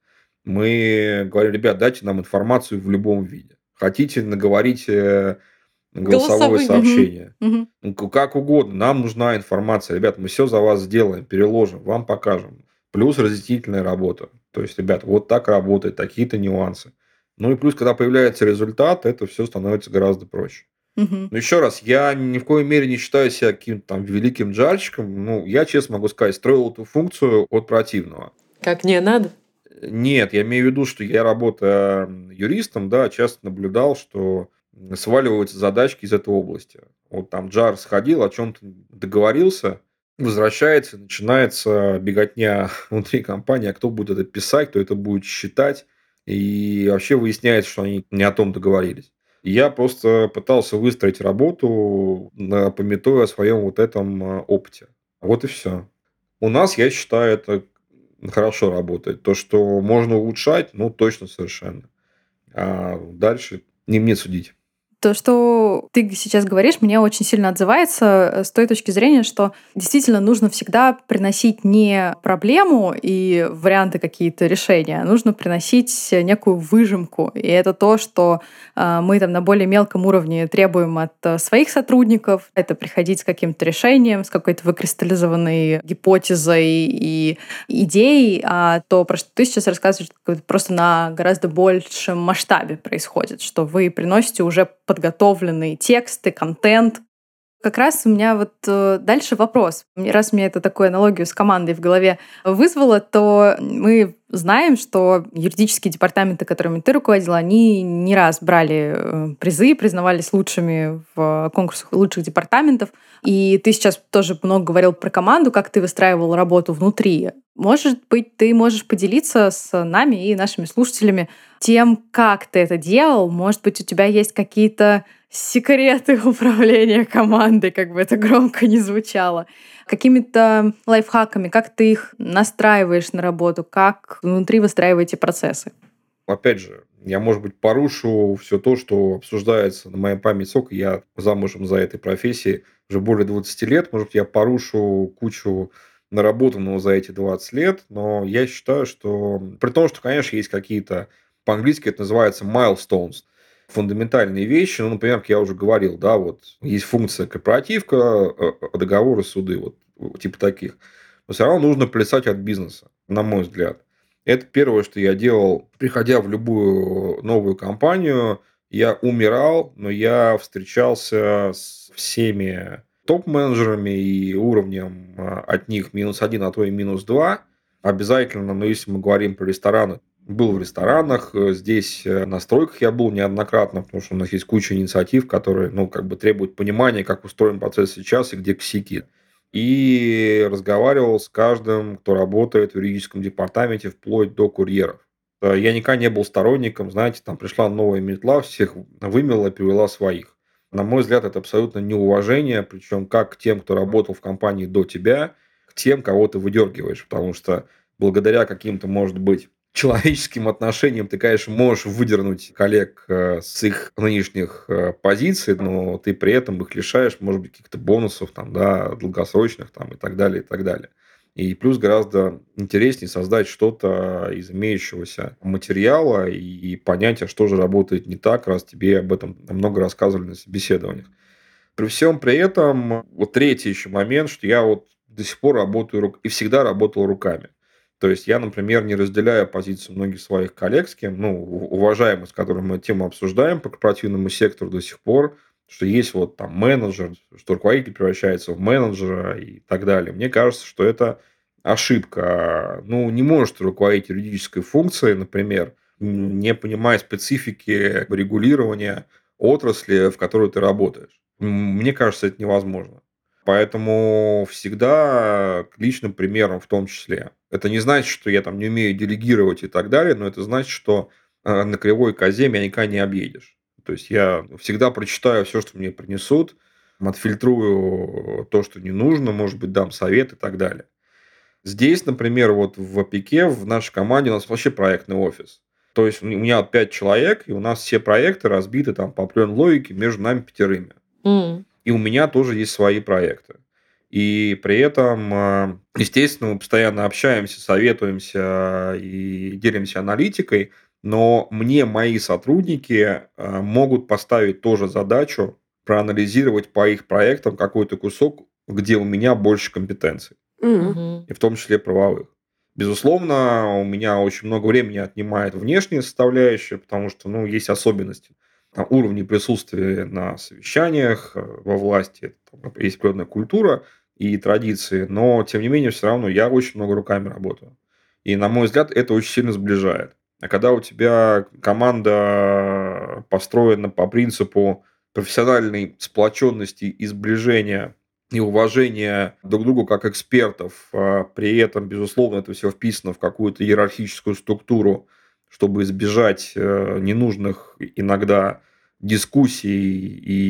D: Мы говорим, ребят, дайте нам информацию в любом виде. Хотите, наговорите голосовое сообщение. Как угодно. Нам нужна информация. Ребят, мы все за вас сделаем, переложим, вам покажем. Плюс разъяснительная работа. То есть, ребят, вот так работает, такие-то нюансы. И плюс, когда появляется результат, это все становится гораздо проще. Но еще раз, я ни в коей мере не считаю себя каким-то великим джарщиком. Я, честно могу сказать, строил эту функцию от противного.
C: Как не надо?
D: Нет, я имею в виду, что я, работая юристом, да, часто наблюдал, что сваливаются задачки из этой области. Вот JAR сходил, о чем-то договорился, возвращается, начинается беготня внутри компании, а кто будет это писать, кто это будет считать. И вообще выясняется, что они не о том договорились. Я просто пытался выстроить работу, памятуя о своем вот этом опыте. Вот и все. У нас, я считаю, это хорошо работает. То, что можно улучшать, точно совершенно. А дальше не мне судить.
A: То, что ты сейчас говоришь, мне очень сильно отзывается с той точки зрения, что действительно нужно всегда приносить не проблему и варианты какие-то решения, а нужно приносить некую выжимку. И это то, что мы там на более мелком уровне требуем от своих сотрудников. Это приходить с каким-то решением, с какой-то выкристаллизованной гипотезой и идеей. А то, про что ты сейчас рассказываешь, просто на гораздо большем масштабе происходит, что вы приносите уже подготовленные тексты, контент. Как раз у меня вот дальше вопрос. Раз мне это такую аналогию с командой в голове вызвало, то мы знаем, что юридические департаменты, которыми ты руководила, они не раз брали призы, признавались лучшими в конкурсах лучших департаментов. И ты сейчас тоже много говорил про команду, как ты выстраивал работу внутри. Может быть, ты можешь поделиться с нами и нашими слушателями тем, как ты это делал? Может быть, у тебя есть какие-то секреты управления командой, как бы это громко не звучало, какими-то лайфхаками, как ты их настраиваешь на работу, как внутри выстраиваете процессы?
D: Опять же, я, может быть, порушу все то, что обсуждается на моей памяти. Сколько я замужем за этой профессией уже более 20 лет. Может быть, я порушу кучу наработанного за эти 20 лет, но я считаю, что при том, что, конечно, есть какие-то, по-английски это называется milestones, фундаментальные вещи, ну, например, как я уже говорил, да, вот есть функция корпоративка, договоры, суды, вот типа таких. Но все равно нужно плясать от бизнеса, на мой взгляд. Это первое, что я делал, приходя в любую новую компанию. Я умирал, но я встречался с всеми топ-менеджерами и уровнем от них -1, а то и -2. Обязательно, но если мы говорим про рестораны, был в ресторанах, здесь на стройках я был неоднократно, потому что у нас есть куча инициатив, которые, ну, как бы требуют понимания, как устроен процесс сейчас и где косяки. И разговаривал с каждым, кто работает в юридическом департаменте, вплоть до курьеров. Я никогда не был сторонником, знаете, там пришла новая метла, всех вымела, привела своих. На мой взгляд, это абсолютно неуважение, причем как к тем, кто работал в компании до тебя, к тем, кого ты выдергиваешь, потому что благодаря каким-то, может быть, человеческим отношениям ты, конечно, можешь выдернуть коллег с их нынешних позиций, но ты при этом их лишаешь, может быть, каких-то бонусов, там, да, долгосрочных там, и так далее, и так далее. И плюс гораздо интереснее создать что-то из имеющегося материала и понять, а что же работает не так, раз тебе об этом много рассказывали на собеседованиях. При всем при этом, вот третий еще момент, что я вот до сих пор работаю и всегда работал руками. То есть я, например, не разделяю позицию многих своих коллег, с кем, ну, уважаемых, с которыми мы тему обсуждаем по корпоративному сектору до сих пор, что есть вот там менеджер, что руководитель превращается в менеджера и так далее. Мне кажется, что это ошибка. Ну, не может руководить юридической функцией, например, не понимая специфики регулирования отрасли, в которой ты работаешь. Мне кажется, это невозможно. Поэтому всегда к личным примерам в том числе. Это не значит, что я там не умею делегировать и так далее, но это значит, что на кривой козе меня никогда не объедешь. То есть я всегда прочитаю все, что мне принесут, отфильтрую то, что не нужно, может быть, дам совет и так далее. Здесь, например, вот в Опеке, в нашей команде у нас вообще проектный офис. То есть у меня 5 человек, и у нас все проекты разбиты там по определенной логике между нами 5. И у меня тоже есть свои проекты. И при этом, естественно, мы постоянно общаемся, советуемся и делимся аналитикой, но мне мои сотрудники могут поставить тоже задачу проанализировать по их проектам какой-то кусок, где у меня больше компетенций, и в том числе правовых. Безусловно, у меня очень много времени отнимает внешняя составляющая, потому что, ну, есть особенности. Там, уровни присутствия на совещаниях во власти, там, есть определенная культура и традиции, но, тем не менее, все равно я очень много руками работаю. И, на мой взгляд, это очень сильно сближает. А когда у тебя команда построена по принципу профессиональной сплоченности и сближения и уважения друг к другу как экспертов, при этом, безусловно, это все вписано в какую-то иерархическую структуру, чтобы избежать ненужных иногда дискуссий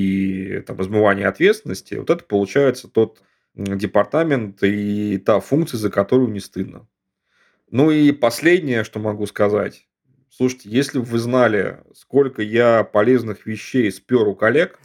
D: и там, размывания ответственности, вот это получается тот департамент и та функция, за которую не стыдно. Ну и последнее, что могу сказать. Слушайте, если бы вы знали, сколько я полезных вещей спер у коллег,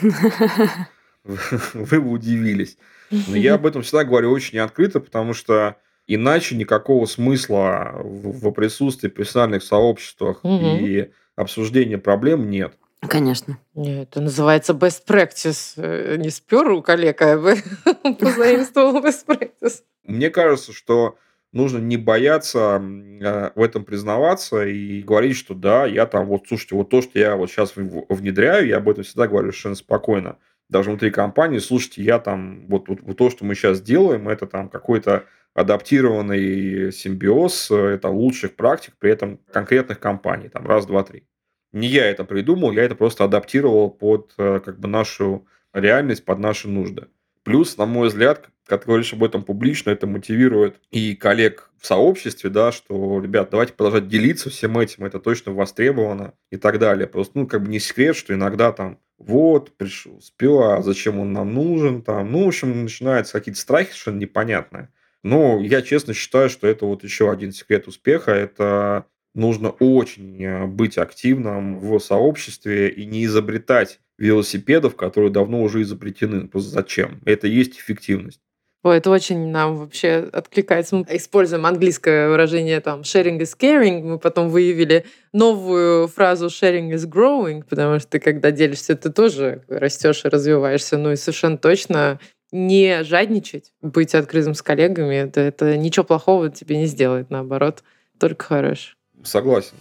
D: вы бы удивились. Но я об этом всегда говорю очень открыто, потому что иначе никакого смысла в присутствии в профессиональных сообществах
C: Мгм.
D: и обсуждения проблем нет.
B: Конечно.
C: Нет, это называется best practice. Не спер у коллег, а позаимствовал best practice.
D: Мне кажется, что нужно не бояться в этом признаваться и говорить, что да, я там, вот, слушайте, вот то, что я вот сейчас внедряю, я об этом всегда говорю совершенно спокойно. Даже внутри компании, слушайте, я там, вот то, что мы сейчас делаем, это там какой-то адаптированный симбиоз, это лучших практик, при этом конкретных компаний, там, раз, два, три. Не я это придумал, я это просто адаптировал под как бы нашу реальность, под наши нужды. Плюс, на мой взгляд, когда ты говоришь об этом публично, это мотивирует и коллег в сообществе, да, что, ребят, давайте продолжать делиться всем этим, это точно востребовано и так далее. Просто, как бы не секрет, что иногда там, вот, пришел, спел, а зачем он нам нужен, там, в общем, начинаются какие-то страхи совершенно непонятные. Но я честно считаю, что это вот еще один секрет успеха, это нужно очень быть активным в сообществе и не изобретать велосипедов, которые давно уже изобретены. Просто зачем? Это и есть эффективность.
C: Ой, это очень нам вообще откликается. Мы используем английское выражение там sharing is caring. Мы потом выявили новую фразу sharing is growing, потому что ты, когда делишься, ты тоже растешь и развиваешься. Ну и совершенно точно не жадничать, быть открытым с коллегами, это ничего плохого тебе не сделает, наоборот, только хорошее.
D: Согласен.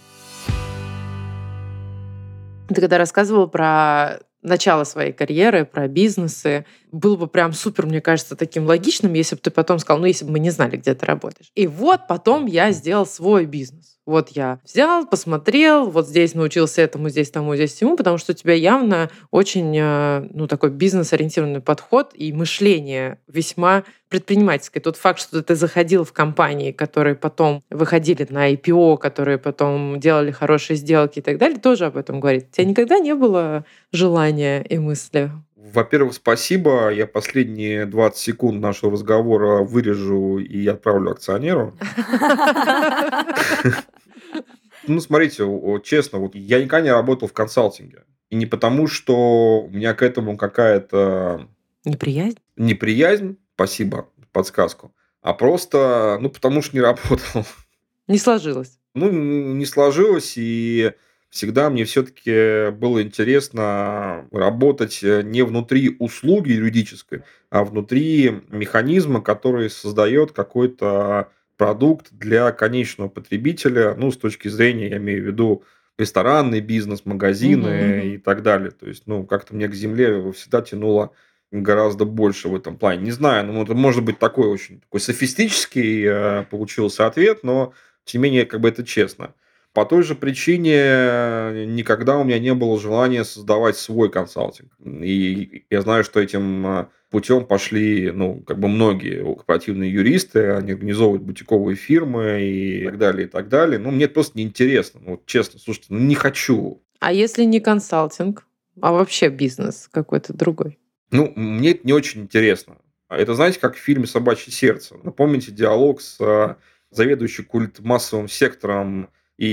C: Ты когда рассказывал про начало своей карьеры, про бизнесы, было бы прям супер, мне кажется, таким логичным, если бы ты потом сказал, ну, если бы мы не знали, где ты работаешь. И вот потом я сделал свой бизнес. Вот я взял, посмотрел, вот здесь научился этому, здесь тому, здесь всему, потому что у тебя явно очень, ну, такой бизнес-ориентированный подход и мышление весьма предпринимательское. Тот факт, что ты заходил в компании, которые потом выходили на IPO, которые потом делали хорошие сделки и так далее, тоже об этом говорит. У тебя никогда не было желания и мысли?
D: Во-первых, спасибо. Я последние 20 секунд нашего разговора вырежу и отправлю акционеру. Ну, смотрите, честно, вот я никогда не работал в консалтинге. И не потому, что у меня к этому какая-то
C: Неприязнь?
D: неприязнь, спасибо, подсказку, а просто, ну, потому что не работал.
C: Не сложилось.
D: Ну, не сложилось, и всегда мне все-таки было интересно работать не внутри услуги юридической, а внутри механизма, который создает какой-то продукт для конечного потребителя, ну, с точки зрения, я имею в виду, ресторанный бизнес, магазины и так далее. То есть, ну, как-то мне к земле всегда тянуло гораздо больше в этом плане. Не знаю, ну, это может быть такой очень такой софистический получился ответ, но тем не менее, как бы это честно. По той же причине никогда у меня не было желания создавать свой консалтинг. И я знаю, что этим путем пошли, ну, как бы многие корпоративные юристы, они организовывают бутиковые фирмы и так далее, и так далее. Ну, мне это просто неинтересно. Ну, вот честно, слушайте, ну, не хочу.
C: А если не консалтинг, а вообще бизнес какой-то другой?
D: Ну, мне это не очень интересно. Это, знаете, как в фильме «Собачье сердце». Напомните диалог с заведующей массовым сектором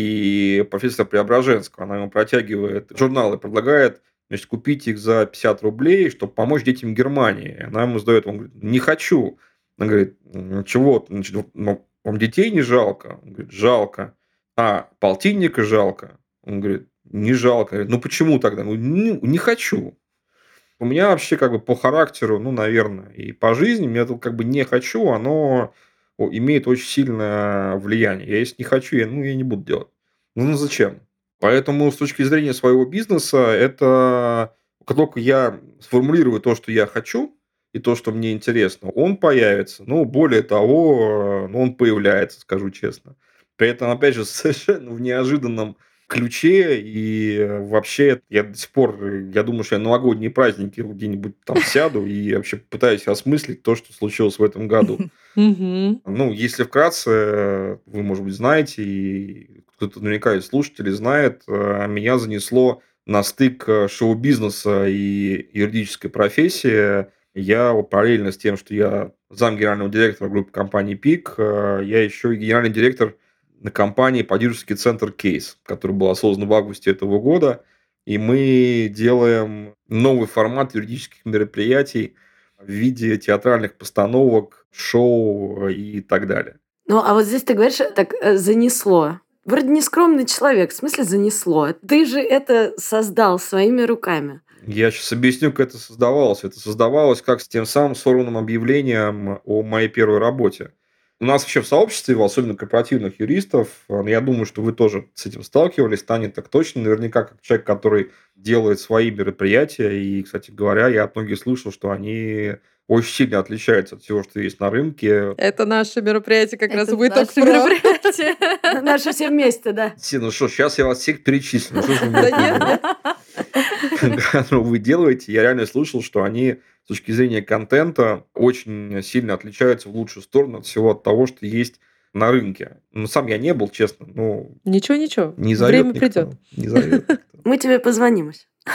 D: и профессора Преображенского. Она ему протягивает журналы, предлагает, значит, купить их за 50 рублей, чтобы помочь детям Германии. Она ему задает, он говорит, не хочу. Она говорит, чего? Значит, вам детей не жалко? Он говорит, жалко. А полтинника жалко? Он говорит, не жалко. Говорит, ну почему тогда? Ну, не хочу. У меня вообще как бы по характеру, ну, наверное, и по жизни, мне это как бы не хочу, оно имеет очень сильное влияние. Я если не хочу, я не буду делать. Ну, зачем? Поэтому с точки зрения своего бизнеса, это как только я сформулирую то, что я хочу, и то, что мне интересно, он появится. Ну, более того, он появляется, скажу честно. При этом, опять же, совершенно в неожиданном ключе, и вообще я до сих пор, я думаю, что я новогодние праздники где-нибудь там сяду и вообще пытаюсь осмыслить то, что случилось в этом году. Ну, если вкратце, вы, может быть, знаете, и кто-то наверняка из слушателей знает, меня занесло на стык шоу-бизнеса и юридической профессии. Я параллельно с тем, что я зам генерального директора группы компании ПИК, я еще и генеральный директор на компании продюсерский центр «Кейс», который был создан в августе этого года. И мы делаем новый формат юридических мероприятий в виде театральных постановок, шоу и так далее.
B: Ну, а вот здесь ты говоришь, так занесло. Вроде не скромный человек, в смысле занесло. Ты же это создал своими руками.
D: Я сейчас объясню, как это создавалось. Это создавалось как с тем самым сорванным объявлением о моей первой работе. У нас вообще в сообществе, особенно корпоративных юристов, я думаю, что вы тоже с этим сталкивались, Таня так точно, наверняка как человек, который делает свои мероприятия. И, кстати говоря, я от многих слышал, что они очень сильно отличаются от всего, что есть на рынке.
C: Это наше мероприятие как раз
A: Это
C: вы
A: наше
C: только
A: мероприятие.
B: Наши все вместе, да.
D: Ну что, сейчас я вас всех перечислю. Ну, что же вы
C: Да
D: мне
C: нет,
D: когда вы делаете, я реально слышал, что они с точки зрения контента очень сильно отличаются в лучшую сторону от всего от того, что есть на рынке. Ну, сам я не был, честно, но
C: Ничего.
D: не зовет
C: Время
D: никто.
C: придет.
D: Не зовет никто.
B: Мы тебе позвоним.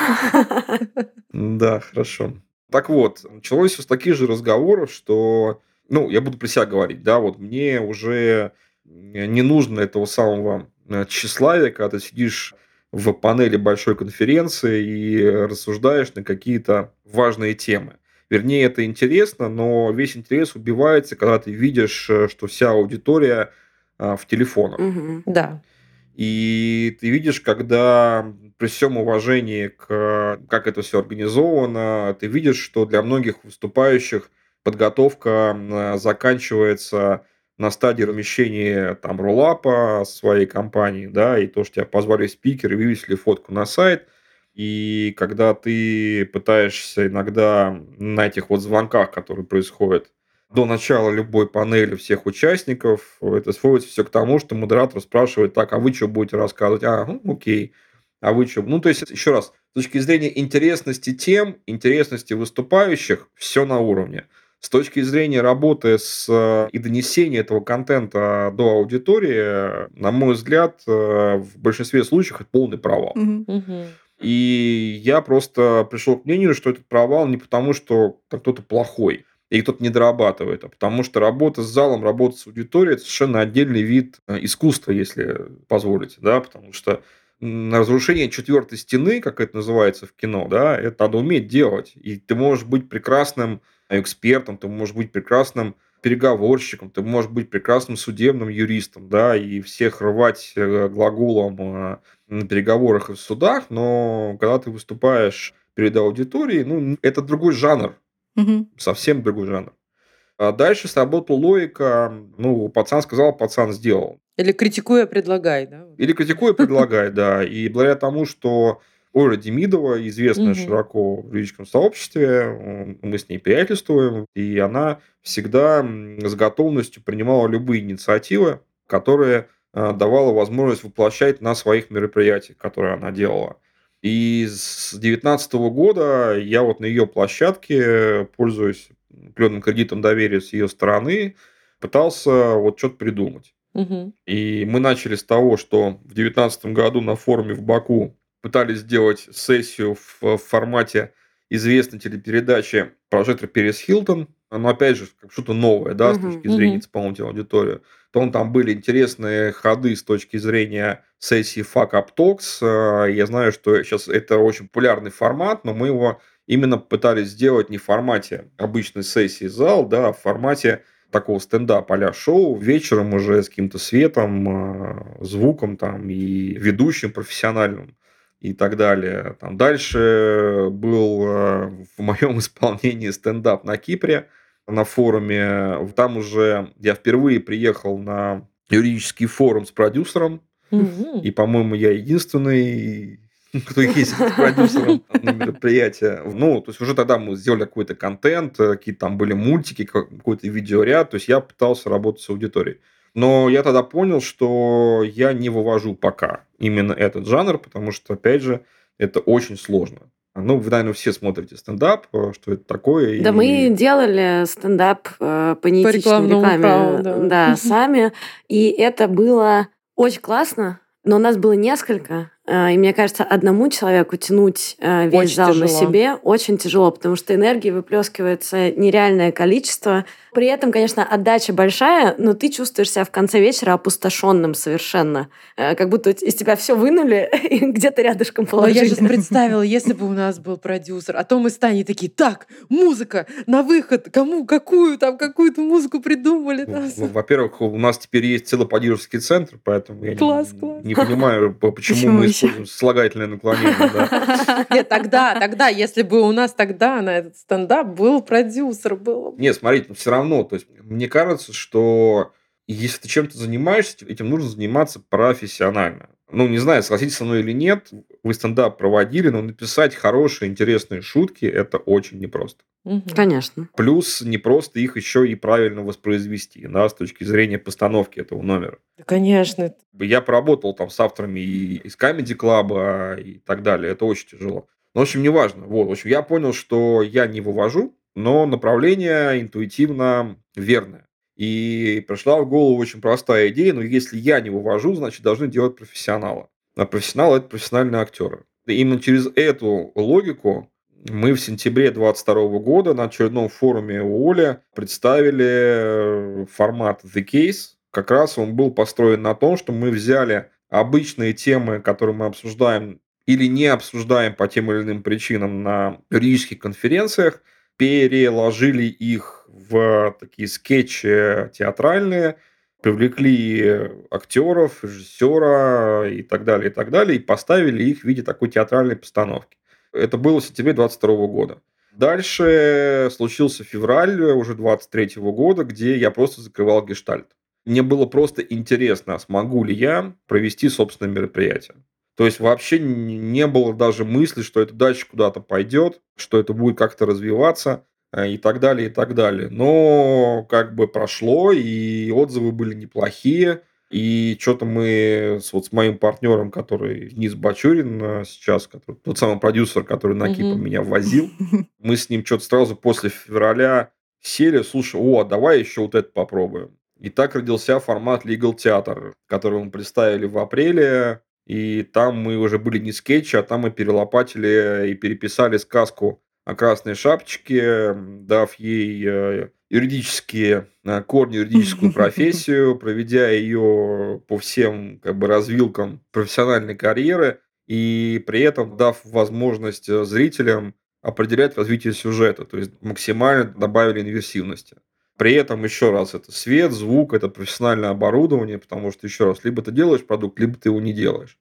D: Да, хорошо. Так вот, началось все с таких же разговоров, что, я буду при себя говорить, да, вот мне уже не нужно этого самого тщеславия, когда ты сидишь в панели большой конференции и рассуждаешь на какие-то важные темы. Вернее, это интересно, но весь интерес убивается, когда ты видишь, что вся аудитория в телефонах.
B: Мгм.
C: Да.
D: И ты видишь, когда при всем уважении к как это все организовано, ты видишь, что для многих выступающих подготовка заканчивается на стадии размещения там роллапа своей компании, да, и то, что тебя позвали спикеры, вывесили фотку на сайт, и когда ты пытаешься иногда на этих вот звонках, которые происходят до начала любой панели всех участников, это сводится все к тому, что модератор спрашивает: так, а вы что будете рассказывать? Окей. А вы что? То есть, еще раз, с точки зрения интересности тем, интересности выступающих, все на уровне. С точки зрения работы и донесения этого контента до аудитории, на мой взгляд, в большинстве случаев это полный провал.
C: Мгм.
D: И я просто пришел к мнению, что этот провал не потому, что кто-то плохой или кто-то не дорабатывает, а потому что работа с залом, работа с аудиторией – это совершенно отдельный вид искусства, если позволите, да, потому что разрушение четвертой стены, как это называется в кино, да, это надо уметь делать. И ты можешь быть прекрасным экспертом, ты можешь быть прекрасным переговорщиком, ты можешь быть прекрасным судебным юристом, да, и всех рвать глаголом на переговорах и в судах, но когда ты выступаешь перед аудиторией, это другой жанр,
A: Мгм.
D: совсем другой жанр. А дальше сработала логика, пацан сказал, пацан сделал.
C: Или критикуя, предлагай, да?
D: Или критикуя, предлагай, да. И благодаря тому, что Оля Демидова, известная
C: Мгм.
D: широко в юридическом сообществе, мы с ней приятельствуем, и она всегда с готовностью принимала любые инициативы, которые давала возможность воплощать на своих мероприятиях, которые она делала. И с 2019 года я вот на ее площадке, пользуясь определенным кредитом доверия с ее стороны, пытался вот что-то придумать.
C: Мгм.
D: И мы начали с того, что в 2019 году на форуме в Баку пытались сделать сессию в формате известной телепередачи «Прожектор Перес Хилтон». Но, опять же, как что-то новое, да, с
B: Мгм.
D: точки зрения
C: Мгм.
D: исполнительной аудитории. Там были интересные ходы с точки зрения сессии Fuck Up Talks. Я знаю, что сейчас это очень популярный формат, но мы его именно пытались сделать не в формате обычной сессии зал, да, а в формате такого стендап а-ля шоу, вечером уже с каким-то светом, звуком там, и ведущим профессиональным и так далее. Там дальше был в моем исполнении стендап на Кипре на форуме. Там уже я впервые приехал на юридический форум с продюсером.
C: Мгм.
D: И, по-моему, я единственный, кто ездит с продюсером на мероприятие. То есть уже тогда мы сделали какой-то контент, какие-то там были мультики, какой-то видеоряд. То есть я пытался работать с аудиторией. Но я тогда понял, что я не вывожу пока именно этот жанр, потому что, опять же, это очень сложно. Вы, наверное, все смотрите стендап, что это такое.
B: Да,
D: и-
B: мы делали стендап по неэтичной
C: рекламному
B: рекламе,
C: праву, да.
B: да, сами. И это было очень классно, но у нас было несколько. И мне кажется, одному человеку тянуть весь
C: Очень
B: зал на
C: тяжело.
B: себе очень тяжело, потому что энергии выплескивается нереальное количество. При этом, конечно, отдача большая, но ты чувствуешь себя в конце вечера опустошенным совершенно. Как будто из тебя все вынули и где-то рядышком
C: Но я
B: положили.
C: сейчас представила, если бы у нас был продюсер, а то мы с Таней такие: так, музыка на выход, кому какую, там какую-то музыку придумали. там всё».
D: Во-первых, у нас теперь есть целый продюсерский центр, поэтому я
C: Класс.
D: не понимаю, почему
A: Почему
D: мы
A: еще?
D: используем слагательное наклонение. Да.
C: Нет, тогда, если бы у нас тогда на этот стендап был продюсер, было бы.
D: Нет, смотрите, все равно, то есть мне кажется, что если ты чем-то занимаешься, этим нужно заниматься профессионально. Ну, не знаю, согласитесь со мной или нет, вы стендап проводили, но написать хорошие, интересные шутки – это очень непросто.
C: Мгм.
B: Конечно.
D: Плюс непросто их еще и правильно воспроизвести, да, с точки зрения постановки этого номера.
C: Да, конечно.
D: Я поработал там с авторами и из Comedy Club и так далее. Это очень тяжело. Но, в общем, неважно. Вот, в общем, я понял, что я не вывожу, но направление интуитивно верное. И пришла в голову очень простая идея, но если я не вывожу, значит, должны делать профессионалы. А профессионалы – это профессиональные актеры. И именно через эту логику мы в сентябре 2022 года на очередном форуме у Оли представили формат The Case. Как раз он был построен на том, что мы взяли обычные темы, которые мы обсуждаем или не обсуждаем по тем или иным причинам на юридических конференциях, переложили их в такие скетчи театральные, привлекли актеров, режиссера и так далее, и поставили их в виде такой театральной постановки. Это было в сентябре 2022 года. Дальше случился февраль уже 2023 года, где я просто закрывал гештальт. Мне было просто интересно, смогу ли я провести собственное мероприятие. То есть вообще не было даже мысли, что это дальше куда-то пойдет, что это будет как-то развиваться и так далее, и так далее. Но как бы прошло, и отзывы были неплохие. И что-то мы с моим партнером, который Денис Бачурин сейчас, тот самый продюсер, который на Кипр
C: Мгм.
D: меня возил, мы с ним что-то сразу после февраля сели, слушай, давай еще вот это попробуем. И так родился формат Legal Theater, который мы представили в апреле. И там мы уже были не скетчи, а там мы перелопатили и переписали сказку о Красной Шапочке, дав ей юридические корни, юридическую профессию, проведя ее по всем развилкам профессиональной карьеры и при этом дав возможность зрителям определять развитие сюжета, то есть максимально добавили инверсивности. При этом, еще раз, это свет, звук, это профессиональное оборудование, потому что, еще раз, либо ты делаешь продукт, либо ты его не делаешь.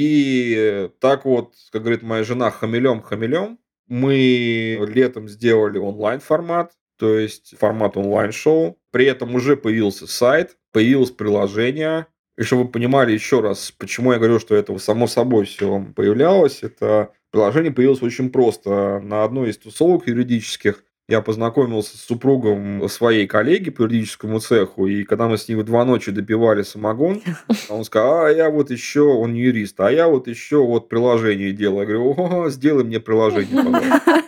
D: И так вот, как говорит моя жена, хамелем, мы летом сделали онлайн-формат, то есть формат онлайн-шоу. При этом уже появился сайт, появилось приложение. И чтобы вы понимали еще раз, почему я говорю, что это само собой все появлялось, это приложение появилось очень просто. На одной из тусовок юридических я познакомился с супругом своей коллеги по юридическому цеху, и когда мы с ним в 2 ночи допивали самогон, он сказал, я вот еще, он не юрист, а я вот еще вот приложение делаю. Я говорю, сделай мне приложение, пожалуйста.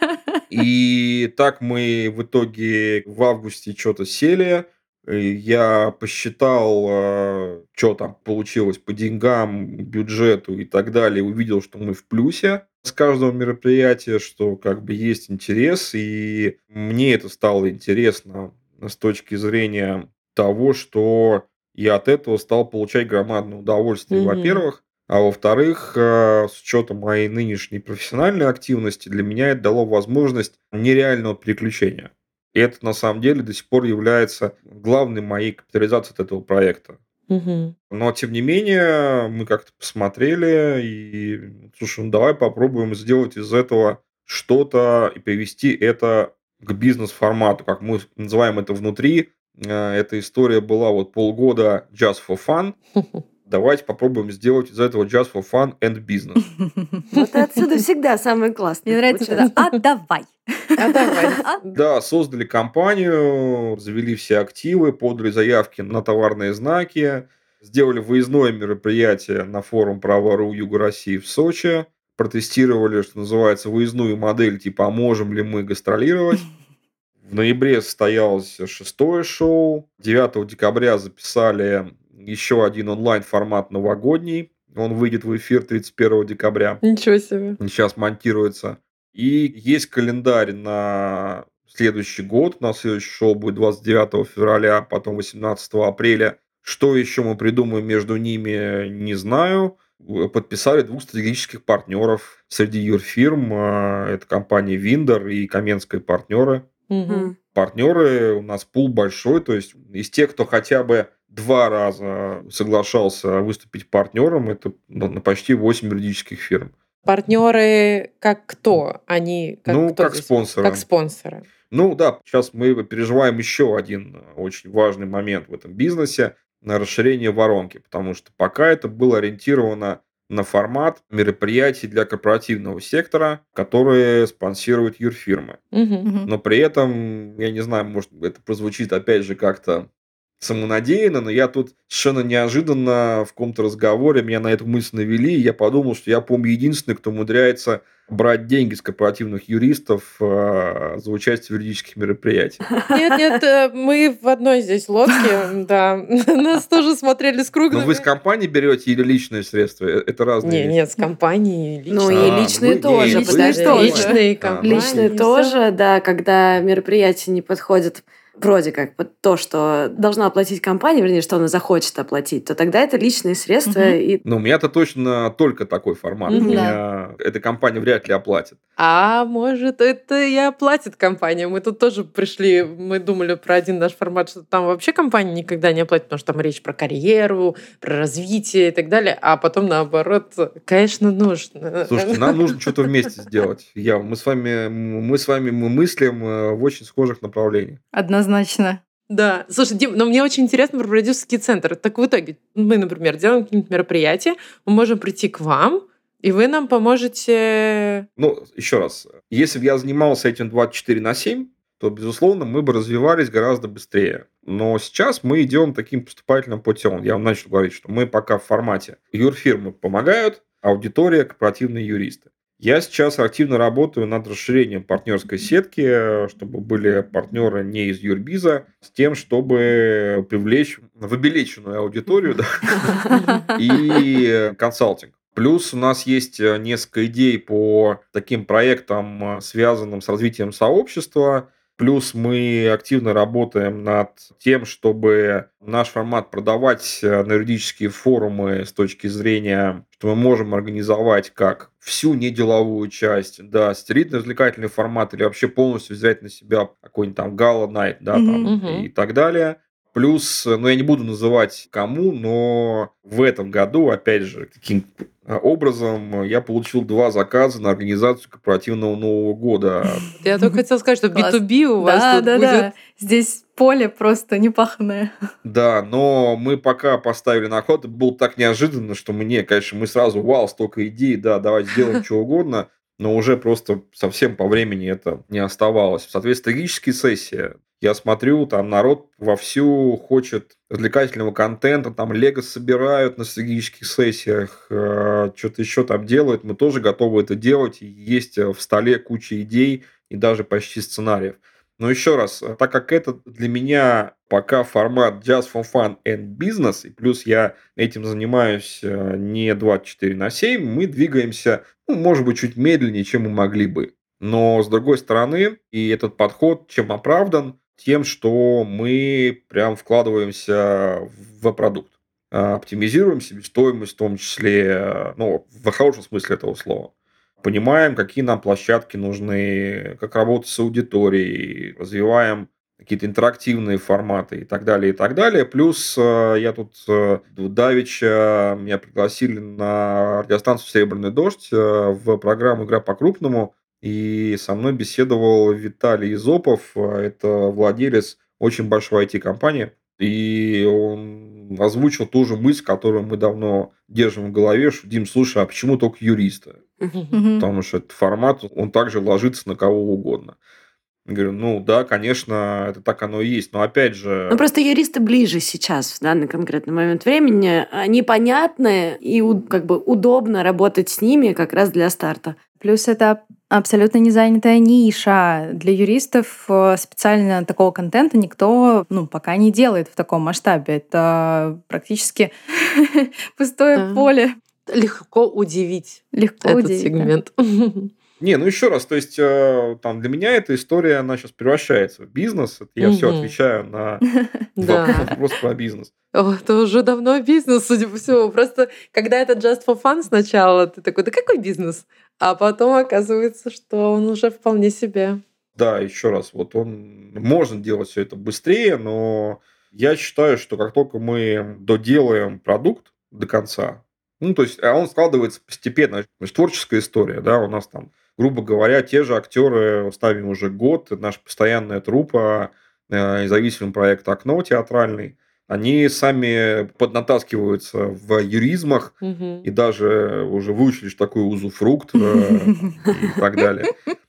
D: И так мы в итоге в августе что-то сели, я посчитал, что там получилось по деньгам, бюджету и так далее, увидел, что мы в плюсе с каждого мероприятия, что как бы есть интерес, и мне это стало интересно с точки зрения того, что я от этого стал получать громадное удовольствие,
C: Мгм.
D: во-первых, а во-вторых, с учетом моей нынешней профессиональной активности, для меня это дало возможность нереального переключения. И это на самом деле до сих пор является главной моей капитализацией от этого проекта.
C: Мгм.
D: Но, тем не менее, мы как-то посмотрели и, слушай, давай попробуем сделать из этого что-то и привести это к бизнес-формату, как мы называем это внутри. Эта история была вот полгода just for fun. Давайте попробуем сделать из этого just for fun and business.
B: Вот отсюда всегда самое классное.
A: Мне нравится
B: получается.
A: это давай.
C: Давай.
D: Да, создали компанию, завели все активы, подали заявки на товарные знаки, сделали выездное мероприятие на форум «Право.ру. Юга России» в Сочи, протестировали, что называется, выездную модель, типа, а можем ли мы гастролировать. В ноябре состоялось 6-е шоу, 9 декабря записали еще один онлайн-формат новогодний, Он выйдет в эфир 31 декабря.
C: Ничего себе.
D: Сейчас монтируется. И есть календарь на следующий год. У нас следующее шоу будет 29 февраля, потом 18 апреля. Что еще мы придумаем между ними, не знаю. Подписали 2 стратегических партнеров среди юрфирм. Это компания Виндер и Каменская партнеры.
C: Мгм.
D: Партнеры у нас пул большой, то есть из тех, кто хотя бы 2 раза соглашался выступить партнером, это почти 8 юридических фирм.
C: Партнеры как кто? Они
D: Ну,
C: кто
D: как
C: здесь?
D: спонсоры.
C: Как спонсоры.
D: Ну да, сейчас мы переживаем еще один очень важный момент в этом бизнесе на расширение воронки, потому что пока это было ориентировано на формат мероприятий для корпоративного сектора, которые спонсируют юрфирмы.
C: Мгм.
D: Но при этом, я не знаю, может, это прозвучит опять же как-то самонадеянно, но я тут совершенно неожиданно в каком-то разговоре меня на эту мысль навели, и я подумал, что я, по-моему, единственный, кто умудряется брать деньги с корпоративных юристов за участие в юридических мероприятиях.
C: Нет, мы в одной здесь лодке, да. Нас тоже смотрели с
D: Но
C: круглыми.
D: вы с компании берете или личные средства? Это разные вещи.
C: Нет, с компанией
B: Ну
C: личные.
B: и личные тоже,
A: личные
B: подожди.
A: тоже.
C: Личные
D: А,
C: компании.
B: Личные
C: всё.
B: тоже, да, когда мероприятие не подходит вроде как под то, что должна оплатить компания, вернее, что она захочет оплатить, то тогда это личные средства.
A: Мгм.
B: И
D: Но у меня-то точно только такой формат.
C: Мгм.
D: У меня эта компания вряд ли оплатит.
C: А может, это и оплатит компания. Мы тут тоже пришли, мы думали про один наш формат, что там вообще компания никогда не оплатит, потому что там речь про карьеру, про развитие и так далее. А потом, наоборот, конечно, нужно.
D: Слушайте, нам нужно что-то вместе сделать. Мы с вами мы мыслим в очень схожих направлениях.
A: Однозначно.
C: Да. Слушай, Дим, но мне очень интересно про продюсерский центр. Так в итоге мы, например, делаем какие-нибудь мероприятия, мы можем прийти к вам, и вы нам поможете...
D: Ну, еще раз, если бы я занимался этим 24/7, то, безусловно, мы бы развивались гораздо быстрее. Но сейчас мы идем таким поступательным путем. Я вам начал говорить, что мы пока в формате юрфирмы помогают, аудитория, корпоративные юристы. Я сейчас активно работаю над расширением партнерской сетки, чтобы были партнеры не из юрбиза, с тем, чтобы привлечь в обелеченную аудиторию и консалтинг. Плюс у нас есть несколько идей по таким проектам, связанным с развитием сообщества. Плюс мы активно работаем над тем, чтобы наш формат продавать на юридические форумы с точки зрения, что мы можем организовать как всю неделовую часть, да, стерильно-развлекательный формат или вообще полностью взять на себя какой-нибудь там гала-найт, да, там,
C: Мгм.
D: и так далее. Плюс, ну, я не буду называть кому, но в этом году, опять же, таким образом, я получил 2 заказа на организацию корпоративного Нового года.
C: Я только хотела сказать, что
A: Класс.
C: B2B у вас
A: Да,
C: тут
A: да,
C: будет.
A: да. Здесь поле просто непаханное.
D: Да, но мы пока поставили на ход, это было так неожиданно, что мы сразу, вау, столько идей, да, давайте сделаем что угодно, но уже просто совсем по времени это не оставалось. Соответственно, стратегические сессии. Я смотрю, там народ вовсю хочет развлекательного контента, там лего собирают на стратегических сессиях, что-то еще там делают, мы тоже готовы это делать, и есть в столе куча идей и даже почти сценариев. Но еще раз, так как это для меня пока формат just for fun and business, и плюс я этим занимаюсь не 24/7, мы двигаемся, ну, может быть, чуть медленнее, чем мы могли бы. Но, с другой стороны, и этот подход чем оправдан? Тем, что мы прям вкладываемся в продукт. Оптимизируем себестоимость, в том числе, ну, в хорошем смысле этого слова. Понимаем, какие нам площадки нужны, как работать с аудиторией, развиваем какие-то интерактивные форматы и так далее, и так далее. Плюс я тут давеча меня пригласили на радиостанцию «Серебряный дождь» в программу «Игра по-крупному», и со мной беседовал Виталий Изопов, это владелец очень большой IT-компании, и он озвучил ту же мысль, которую мы давно держим в голове, что, Дим, слушай, а почему только юристы?
A: Мгм.
D: Потому что этот формат, он также ложится на кого угодно. Я говорю, ну да, конечно, это так оно и есть. Но опять же...
B: Ну, просто юристы ближе сейчас, в данный конкретный момент времени. Они понятны, и как бы удобно работать с ними как раз для старта.
A: Плюс это абсолютно незанятая ниша. Для юристов специально такого контента никто пока не делает в таком масштабе. Это практически пустое
C: Да.
A: поле.
C: Легко удивить
A: Легко
C: этот
A: удивить, да.
C: сегмент.
D: Не, ну еще раз, то есть там для меня эта история, она сейчас превращается в бизнес. Это я все
C: Мгм.
D: отвечаю на
C: Да.
D: вопрос про бизнес.
C: О, это уже давно бизнес, судя по всему. Просто когда это just for fun сначала, ты такой, да какой бизнес? А потом оказывается, что он уже вполне себе.
D: Да, еще раз, вот можно делать все это быстрее, но я считаю, что как только мы доделаем продукт до конца, ну, то есть, а он складывается постепенно. То есть, творческая история, да, у нас там, грубо говоря, те же актеры, ставим уже год, наша постоянная труппа, независимый проект «Окно» театральный, они сами поднатаскиваются в юризмах
C: Мгм.
D: и даже уже выучили, что такое узуфрукт и так далее.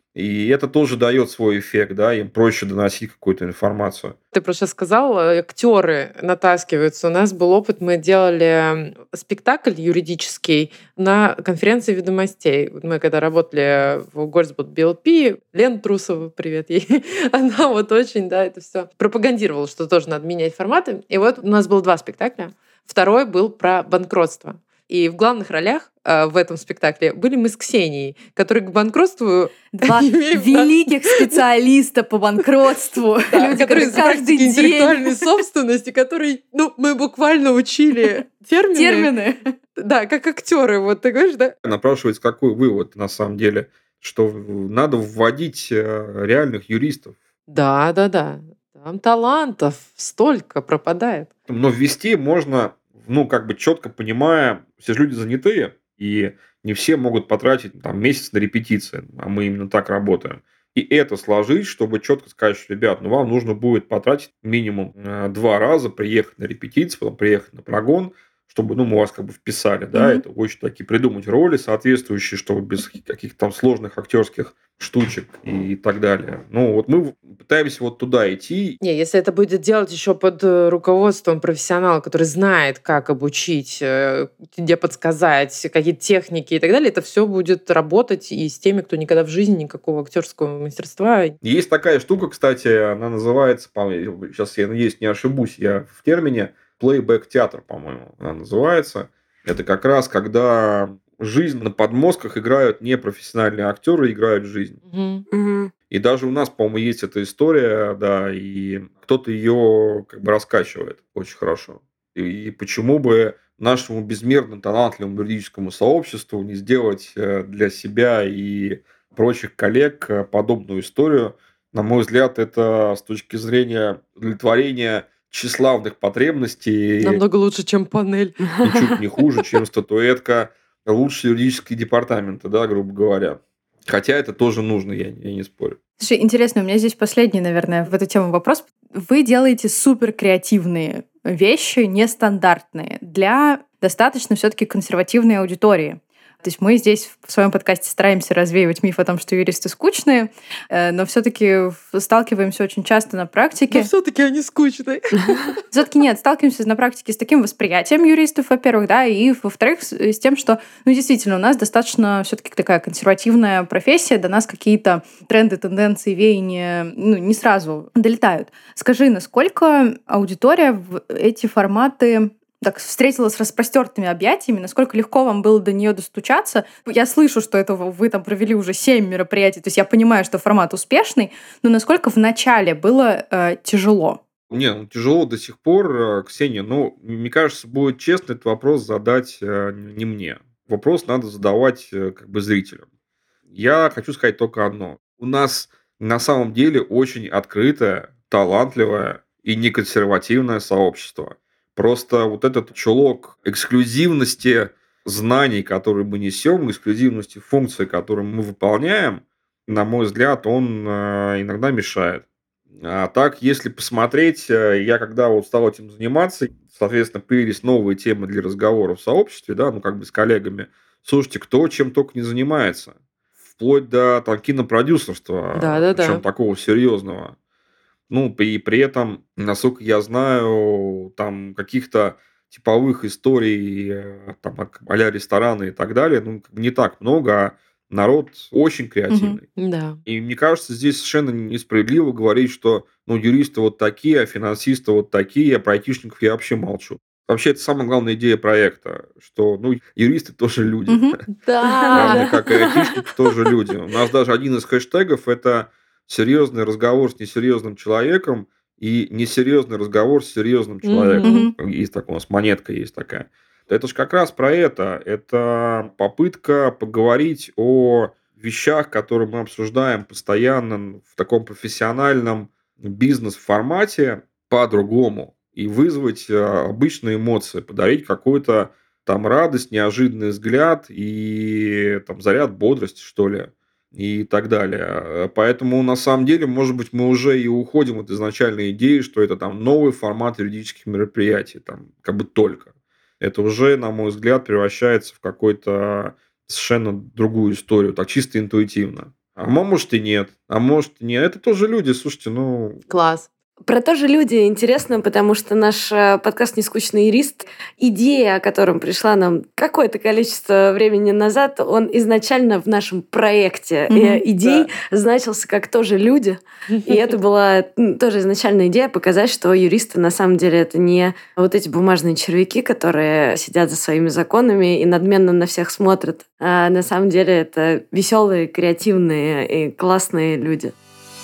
D: И это тоже дает свой эффект, да, им проще доносить какую-то информацию.
C: Ты просто сказал, актеры натаскиваются. У нас был опыт, мы делали спектакль юридический на конференции «Ведомостей». Вот мы когда работали в Горсбуд БЛП, Лена Трусова, привет ей, она вот очень, да, это все пропагандировала, что тоже надо менять форматы. И вот у нас было 2 спектакля. Второй был про банкротство. И в главных ролях в этом спектакле были мы с Ксенией, которые к банкротству
A: 2
C: имеем
A: великих специалиста по банкротству.
C: да,
A: Люди,
C: которые
A: которые
C: из практики
A: каждый день
C: интеллектуальной собственности, которые, ну, мы буквально учили термины.
A: термины.
C: Да, как актеры, вот ты говоришь, да?
D: Напрашивается какой вывод, на самом деле, что надо вводить реальных юристов.
C: Да, да, да. Там талантов столько пропадает.
D: Но ввести можно, ну, как бы четко понимая, все же люди занятые, и не все могут потратить там месяц на репетиции, а мы именно так работаем. И это сложить, чтобы четко сказать, что, ребят, ну, вам нужно будет потратить минимум 2 раза, приехать на репетицию, потом приехать на прогон, чтобы, ну, мы вас как бы вписали, да,
A: Мгм.
D: это очень такие придумать роли соответствующие, чтобы без каких-то там сложных актерских штучек и так далее. Ну, вот мы пытаемся вот туда идти.
C: Не, если это будет делать еще под руководством профессионала, который знает, как обучить, где подсказать, какие техники и так далее, это все будет работать и с теми, кто никогда в жизни никакого актерского мастерства.
D: Есть такая штука, кстати, она называется, сейчас я надеюсь, не ошибусь, я в термине, плейбэк-театр, по-моему, она называется. Это как раз когда жизнь на подмостках играют не профессиональные актеры, играют жизнь.
C: Мгм.
B: Мгм.
D: И даже у нас, по-моему, есть эта история, да, и кто-то ее как бы раскачивает очень хорошо. И почему бы нашему безмерно талантливому юридическому сообществу не сделать для себя и прочих коллег подобную историю? На мой взгляд, это с точки зрения удовлетворения тщеславных потребностей
C: Намного лучше, чем панель.
D: ничуть не хуже, чем статуэтка лучшего юридического департамента, да, грубо говоря. Хотя это тоже нужно, я не спорю.
A: Слушай, интересно, у меня здесь последний, наверное, в эту тему вопрос. Вы делаете супер креативные вещи, нестандартные, для достаточно все-таки консервативной аудитории. То есть мы здесь в своем подкасте стараемся развеивать миф о том, что юристы скучные, но все-таки сталкиваемся очень часто на практике.
C: Но все-таки они скучные.
A: Все-таки нет, сталкиваемся на практике с таким восприятием юристов, во-первых, да, и во-вторых, с тем, что, ну, действительно, у нас достаточно все-таки такая консервативная профессия, до нас какие-то тренды, тенденции, веяния, ну, не сразу долетают. Скажи, насколько аудитория в эти форматы так встретила с распростертыми объятиями, насколько легко вам было до нее достучаться? Я слышу, что это вы там провели уже 7 мероприятий, то есть я понимаю, что формат успешный, но насколько в начале было тяжело?
D: Не, ну тяжело до сих пор, Ксения. Ну, мне кажется, будет честно этот вопрос задать не мне. Вопрос надо задавать как бы зрителям. Я хочу сказать только одно. У нас на самом деле очень открытое, талантливое и неконсервативное сообщество. Просто вот этот чулок эксклюзивности знаний, которые мы несем, эксклюзивности функций, которые мы выполняем, на мой взгляд, он иногда мешает. А так, если посмотреть, я когда вот стал этим заниматься, соответственно, появились новые темы для разговора в сообществе, да, ну, как бы с коллегами. Слушайте, кто чем только не занимается. Вплоть до там, кинопродюсерства,
C: Да-да-да.
D: причем такого серьезного. Ну, и при этом, насколько я знаю, там каких-то типовых историй, там, а-ля рестораны и так далее, ну, как бы не так много, а народ очень креативный.
C: Да.
D: И мне кажется, здесь совершенно несправедливо говорить, что ну, юристы вот такие, а финансисты вот такие, а про айтишников я вообще молчу. Вообще, это самая главная идея проекта, что юристы тоже люди.
C: Да.
D: Равно как и айтишники тоже люди. У нас даже один из хэштегов – это серьезный разговор с несерьезным человеком и несерьезный разговор с серьезным человеком. Есть такое, у нас монетка есть такая. Это же как раз про это. Это попытка поговорить о вещах, которые мы обсуждаем постоянно в таком профессиональном бизнес-формате по-другому. И вызвать обычные эмоции, подарить какую-то там радость, неожиданный взгляд и там заряд бодрости, что ли, и так далее. Поэтому, на самом деле, может быть, мы уже и уходим от изначальной идеи, что это там новый формат юридических мероприятий, там, как бы только. Это уже, на мой взгляд, превращается в какую-то совершенно другую историю, так чисто интуитивно. А может и нет, а может и нет. Это тоже люди, слушайте,
C: Класс.
B: Про тоже люди интересно, потому что наш подкаст «Нескучный юрист», идея, о котором пришла нам какое-то количество времени назад, он изначально в нашем проекте идей значился как тоже люди. И это была тоже изначальная идея показать, что юристы на самом деле это не вот эти бумажные червяки, которые сидят за своими законами и надменно на всех смотрят. А на самом деле это веселые, креативные и классные люди.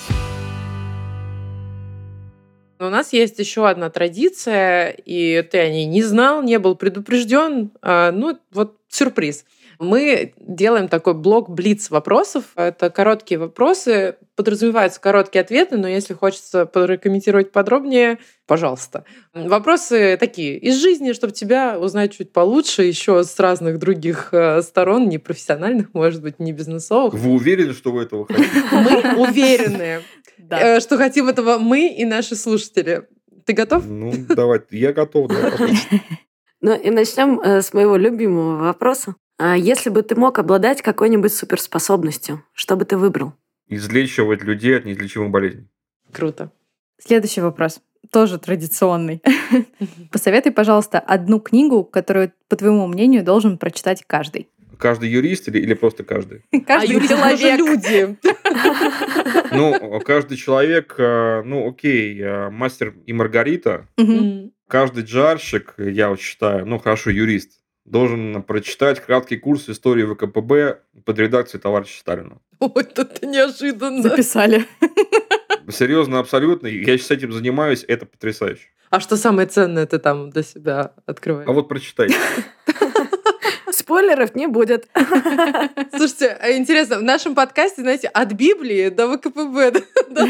C: У нас есть еще одна традиция, и ты о ней не знал, не был предупрежден. Сюрприз. Мы делаем такой блок блиц вопросов. Это короткие вопросы, подразумеваются короткие ответы, но если хочется прокомментировать подробнее, пожалуйста. Вопросы такие из жизни, чтобы тебя узнать чуть получше, еще с разных других сторон, не профессиональных, может быть, не бизнесовых.
D: Вы уверены, что вы этого хотите?
C: Мы уверены, что хотим этого мы и наши слушатели. Ты готов?
D: Давай, я готов.
B: И начнем с моего любимого вопроса. Если бы ты мог обладать какой-нибудь суперспособностью, что бы ты выбрал?
D: Излечивать людей от неизлечимых болезней.
C: Круто.
A: Следующий вопрос. Тоже традиционный. Посоветуй, пожалуйста, одну книгу, которую, по твоему мнению, должен прочитать каждый.
D: Каждый юрист или просто каждый?
A: Каждый человек.
C: Люди.
D: Каждый человек, окей, «Мастер и Маргарита». Каждый джарщик, я вот считаю, хорошо, юрист, должен прочитать краткий курс истории ВКПБ под редакцией товарища Сталина.
C: Ой, это неожиданно.
A: Записали.
D: Серьезно, абсолютно. Я сейчас этим занимаюсь, это потрясающе.
C: А что самое ценное ты там для себя открываешь?
D: А вот прочитай.
B: Спойлеров не будет.
C: Слушайте, интересно, в нашем подкасте, знаете, от Библии до ВКПБ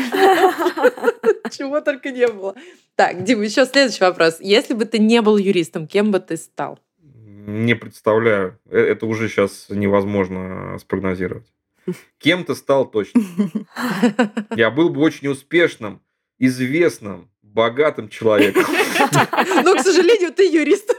C: чего только не было. Так, Дим, еще следующий вопрос. Если бы ты не был юристом, кем бы ты стал?
D: Не представляю. Это уже сейчас невозможно спрогнозировать. Кем-то стал точно. Я был бы очень успешным, известным, богатым человеком.
C: Но, к сожалению, ты юрист.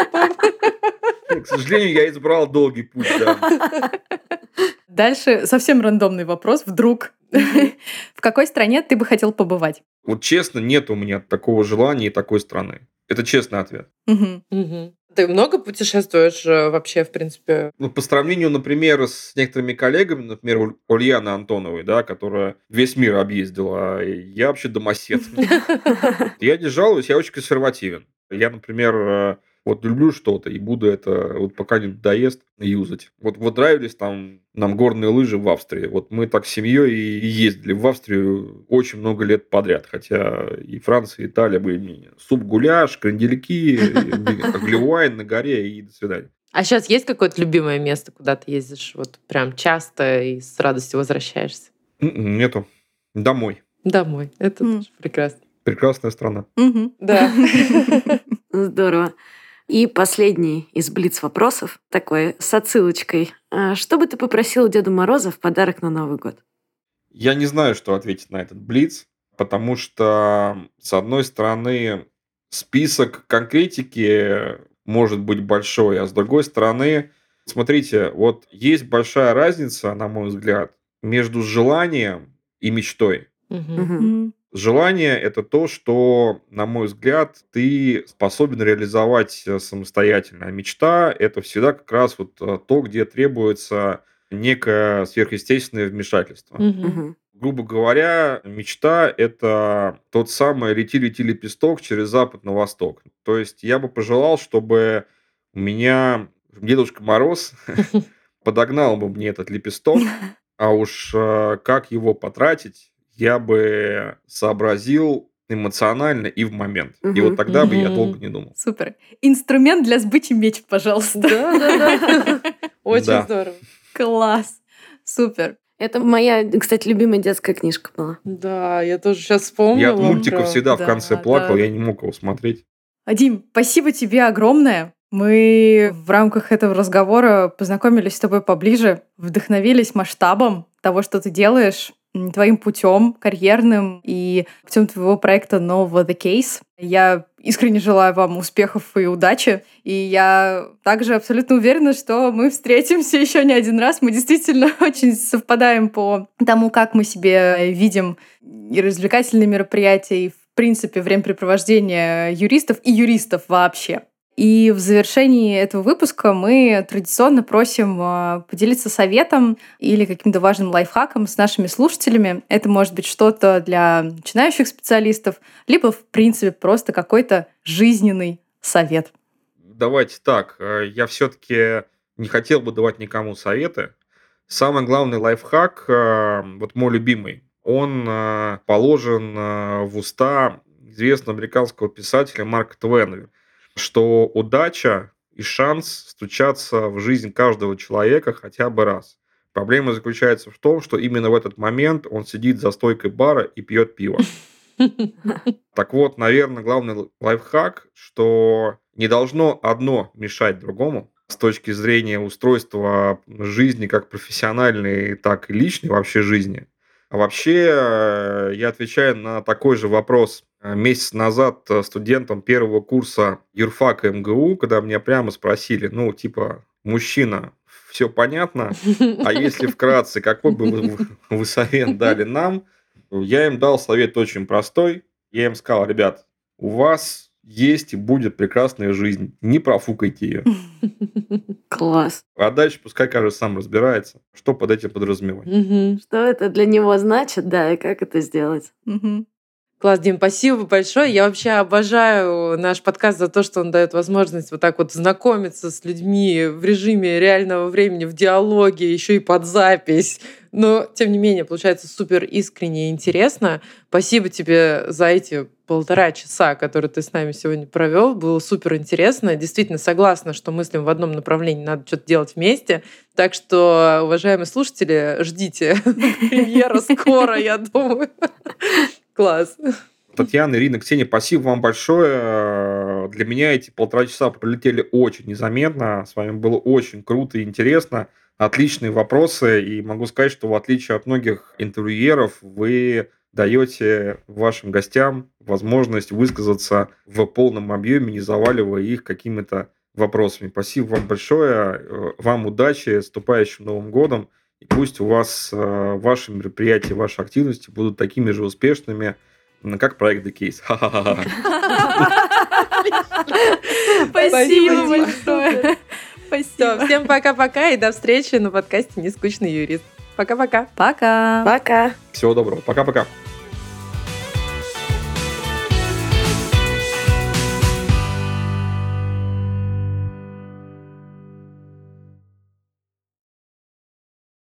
D: К сожалению, я избрал долгий путь, да.
A: Дальше совсем рандомный вопрос. Вдруг. В какой стране ты бы хотел побывать?
D: Вот честно, нет у меня такого желания и такой страны. Это честный ответ.
C: Ты много путешествуешь вообще, в принципе?
D: По сравнению, например, с некоторыми коллегами, например, Ульяна Антоновой, да, которая весь мир объездила, я вообще домосед. Я не жалуюсь, я очень консервативен. Я, например, люблю что-то и буду это, пока не надоест, юзать. Вот нравились нам горные лыжи в Австрии. Вот мы так с семьей и ездили в Австрию очень много лет подряд. Хотя и Франция, и Италия были менее. Суп-гуляш, крендельки, глювайн на горе и до свидания.
C: А сейчас есть какое-то любимое место, куда ты ездишь прям часто и с радостью возвращаешься?
D: Нету. Домой.
C: Домой. Это тоже прекрасно.
D: Прекрасная страна.
C: Да.
B: Здорово. И последний из блиц-вопросов, такой с отсылочкой. Что бы ты попросил Деду Мороза в подарок на Новый год?
D: Я не знаю, что ответить на этот блиц, потому что, с одной стороны, список конкретики может быть большой, а с другой стороны, смотрите, есть большая разница, на мой взгляд, между желанием и мечтой. Желание – это то, что, на мой взгляд, ты способен реализовать самостоятельно. А мечта – это всегда как раз то, где требуется некое сверхъестественное вмешательство. Грубо говоря, мечта — это тот самый «лети-лети лепесток через запад на восток». То есть я бы пожелал, чтобы у меня Дедушка Мороз подогнал бы мне этот лепесток, а уж как его потратить, я бы сообразил эмоционально и в момент. И вот тогда бы я долго не думал.
A: Супер. Инструмент для сбычи меч, пожалуйста.
C: Да. Очень здорово.
A: Класс. Супер.
B: Это моя, кстати, любимая детская книжка была.
C: Да, я тоже сейчас вспомнила.
D: Я от мультика всегда в конце плакал,
A: да.
D: я не мог его смотреть.
A: Дим, спасибо тебе огромное. Мы в рамках этого разговора познакомились с тобой поближе, вдохновились масштабом того, что ты делаешь, твоим путем карьерным и путем твоего проекта нового The Case. Я искренне желаю вам успехов и удачи. И я также абсолютно уверена, что мы встретимся еще не один раз. Мы действительно очень совпадаем по тому, как мы себе видим и развлекательные мероприятия, и в принципе времяпрепровождение юристов и юристов вообще. И в завершении этого выпуска мы традиционно просим поделиться советом или каким-то важным лайфхаком с нашими слушателями. Это может быть что-то для начинающих специалистов, либо, в принципе, просто какой-то жизненный совет.
D: Давайте так. Я все-таки не хотел бы давать никому советы. Самый главный лайфхак, вот мой любимый, он положен в уста известного американского писателя Марка Твена, что удача и шанс стучатся в жизнь каждого человека хотя бы раз. Проблема заключается в том, что именно в этот момент он сидит за стойкой бара и пьет пиво. Так вот, наверное, главный лайфхак, что не должно одно мешать другому с точки зрения устройства жизни как профессиональной, так и личной вообще жизни. А вообще, я отвечаю на такой же вопрос месяц назад студентам первого курса юрфака МГУ, когда меня прямо спросили, мужчина, все понятно, а если вкратце, какой бы вы совет дали нам? Я им дал совет очень простой. Я им сказал, ребят, у вас есть и будет прекрасная жизнь, не профукайте ее.
B: Класс.
D: А дальше пускай каждый сам разбирается, что под этим подразумевать.
B: Что это для него значит, да, и как это сделать.
C: Класс, Дим, спасибо большое. Я вообще обожаю наш подкаст за то, что он дает возможность вот так вот знакомиться с людьми в режиме реального времени, в диалоге, еще и под запись. Но, тем не менее, получается супер искренне и интересно. Спасибо тебе за эти 1,5 часа, которые ты с нами сегодня провел. Было супер интересно. Действительно согласна, что мыслим в одном направлении, надо что-то делать вместе. Так что, уважаемые слушатели, ждите премьера скоро, я думаю. Класс.
D: Татьяна, Ирина, Ксения, спасибо вам большое. Для меня эти 1,5 часа пролетели очень незаметно. С вами было очень круто и интересно. Отличные вопросы. И могу сказать, что в отличие от многих интервьюеров, вы даете вашим гостям возможность высказаться в полном объеме, не заваливая их какими-то вопросами. Спасибо вам большое. Вам удачи. С наступающим Новым годом. И пусть у вас ваши мероприятия, ваши активности будут такими же успешными, как проект The Case.
A: Спасибо большое. Спасибо.
C: Всем пока-пока и до встречи на подкасте «Нескучный юрист». Пока-пока.
A: Пока.
B: Пока.
D: Всего доброго. Пока-пока.